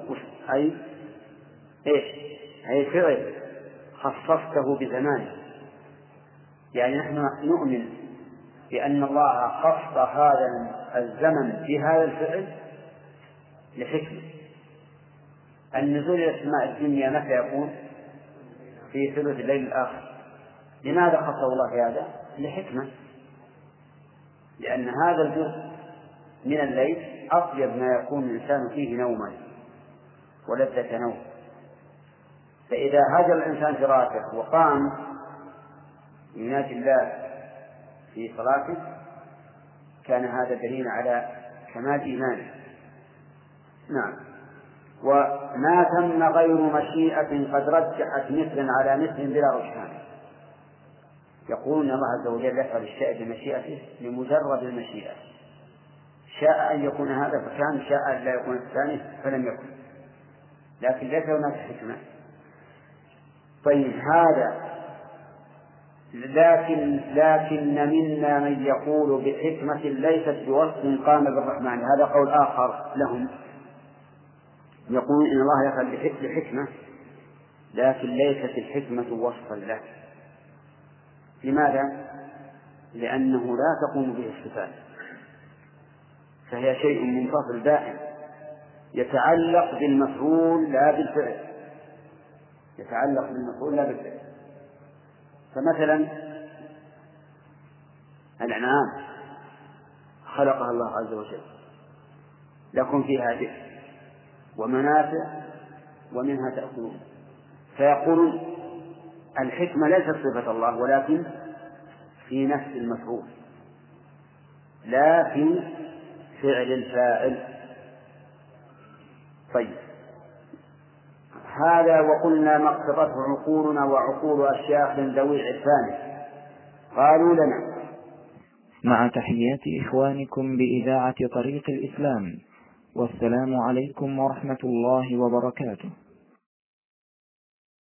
أي فعل خصصته بزمانه. يعني نحن نؤمن بأن الله خص هذا الزمن بهذا الفعل لحكمة. النزول إلى السماء الدنيا متى يكون؟ في ثلث الليل الآخر. لماذا خصه الله هذا؟ لحكمة، لأن هذا الجزء من الليل أطيب ما يكون الإنسان فيه نوما ولذة نوم. فإذا هجر الإنسان فراشه وقام يناجي الله في صلاته كان هذا دليل على كمال إيمانه. نعم. وما تم غير مشيئة قد رجحت مثلا على مثل بلا رجحان. يقول الله عز وجل يفعل الشيء بمشيئته لمجرد المشيئة، شاء أن يكون هذا فكان، شاء أن لا يكون الثاني فلم يكن، لكن ليس هناك حكمة. طيب هذا لكن منا من يقول بحكمة ليست بوصف قام بالرحمن. هذا قول آخر لهم، يقول إن الله يفعل بحكمة لكن ليست الحكمة وصفا له. لماذا؟ لأنه لا تقوم به الصفات، فهي شيء منفصل دائم يتعلق بالمفعول لا بالفعل، فمثلا الأنعام خلقها الله عز وجل لكم فيها دفء ومنافع ومنها تأكلون، فيقول الحكمة ليست صفة الله ولكن في نفس المفعول لا في فعل الفاعل. طيب هذا وقلنا ما اقتضته عقولنا وعقول أشياخ ذوي عرفان قالوا لنا. مع تحيات إخوانكم بإذاعة طريق الإسلام، والسلام عليكم ورحمة الله وبركاته.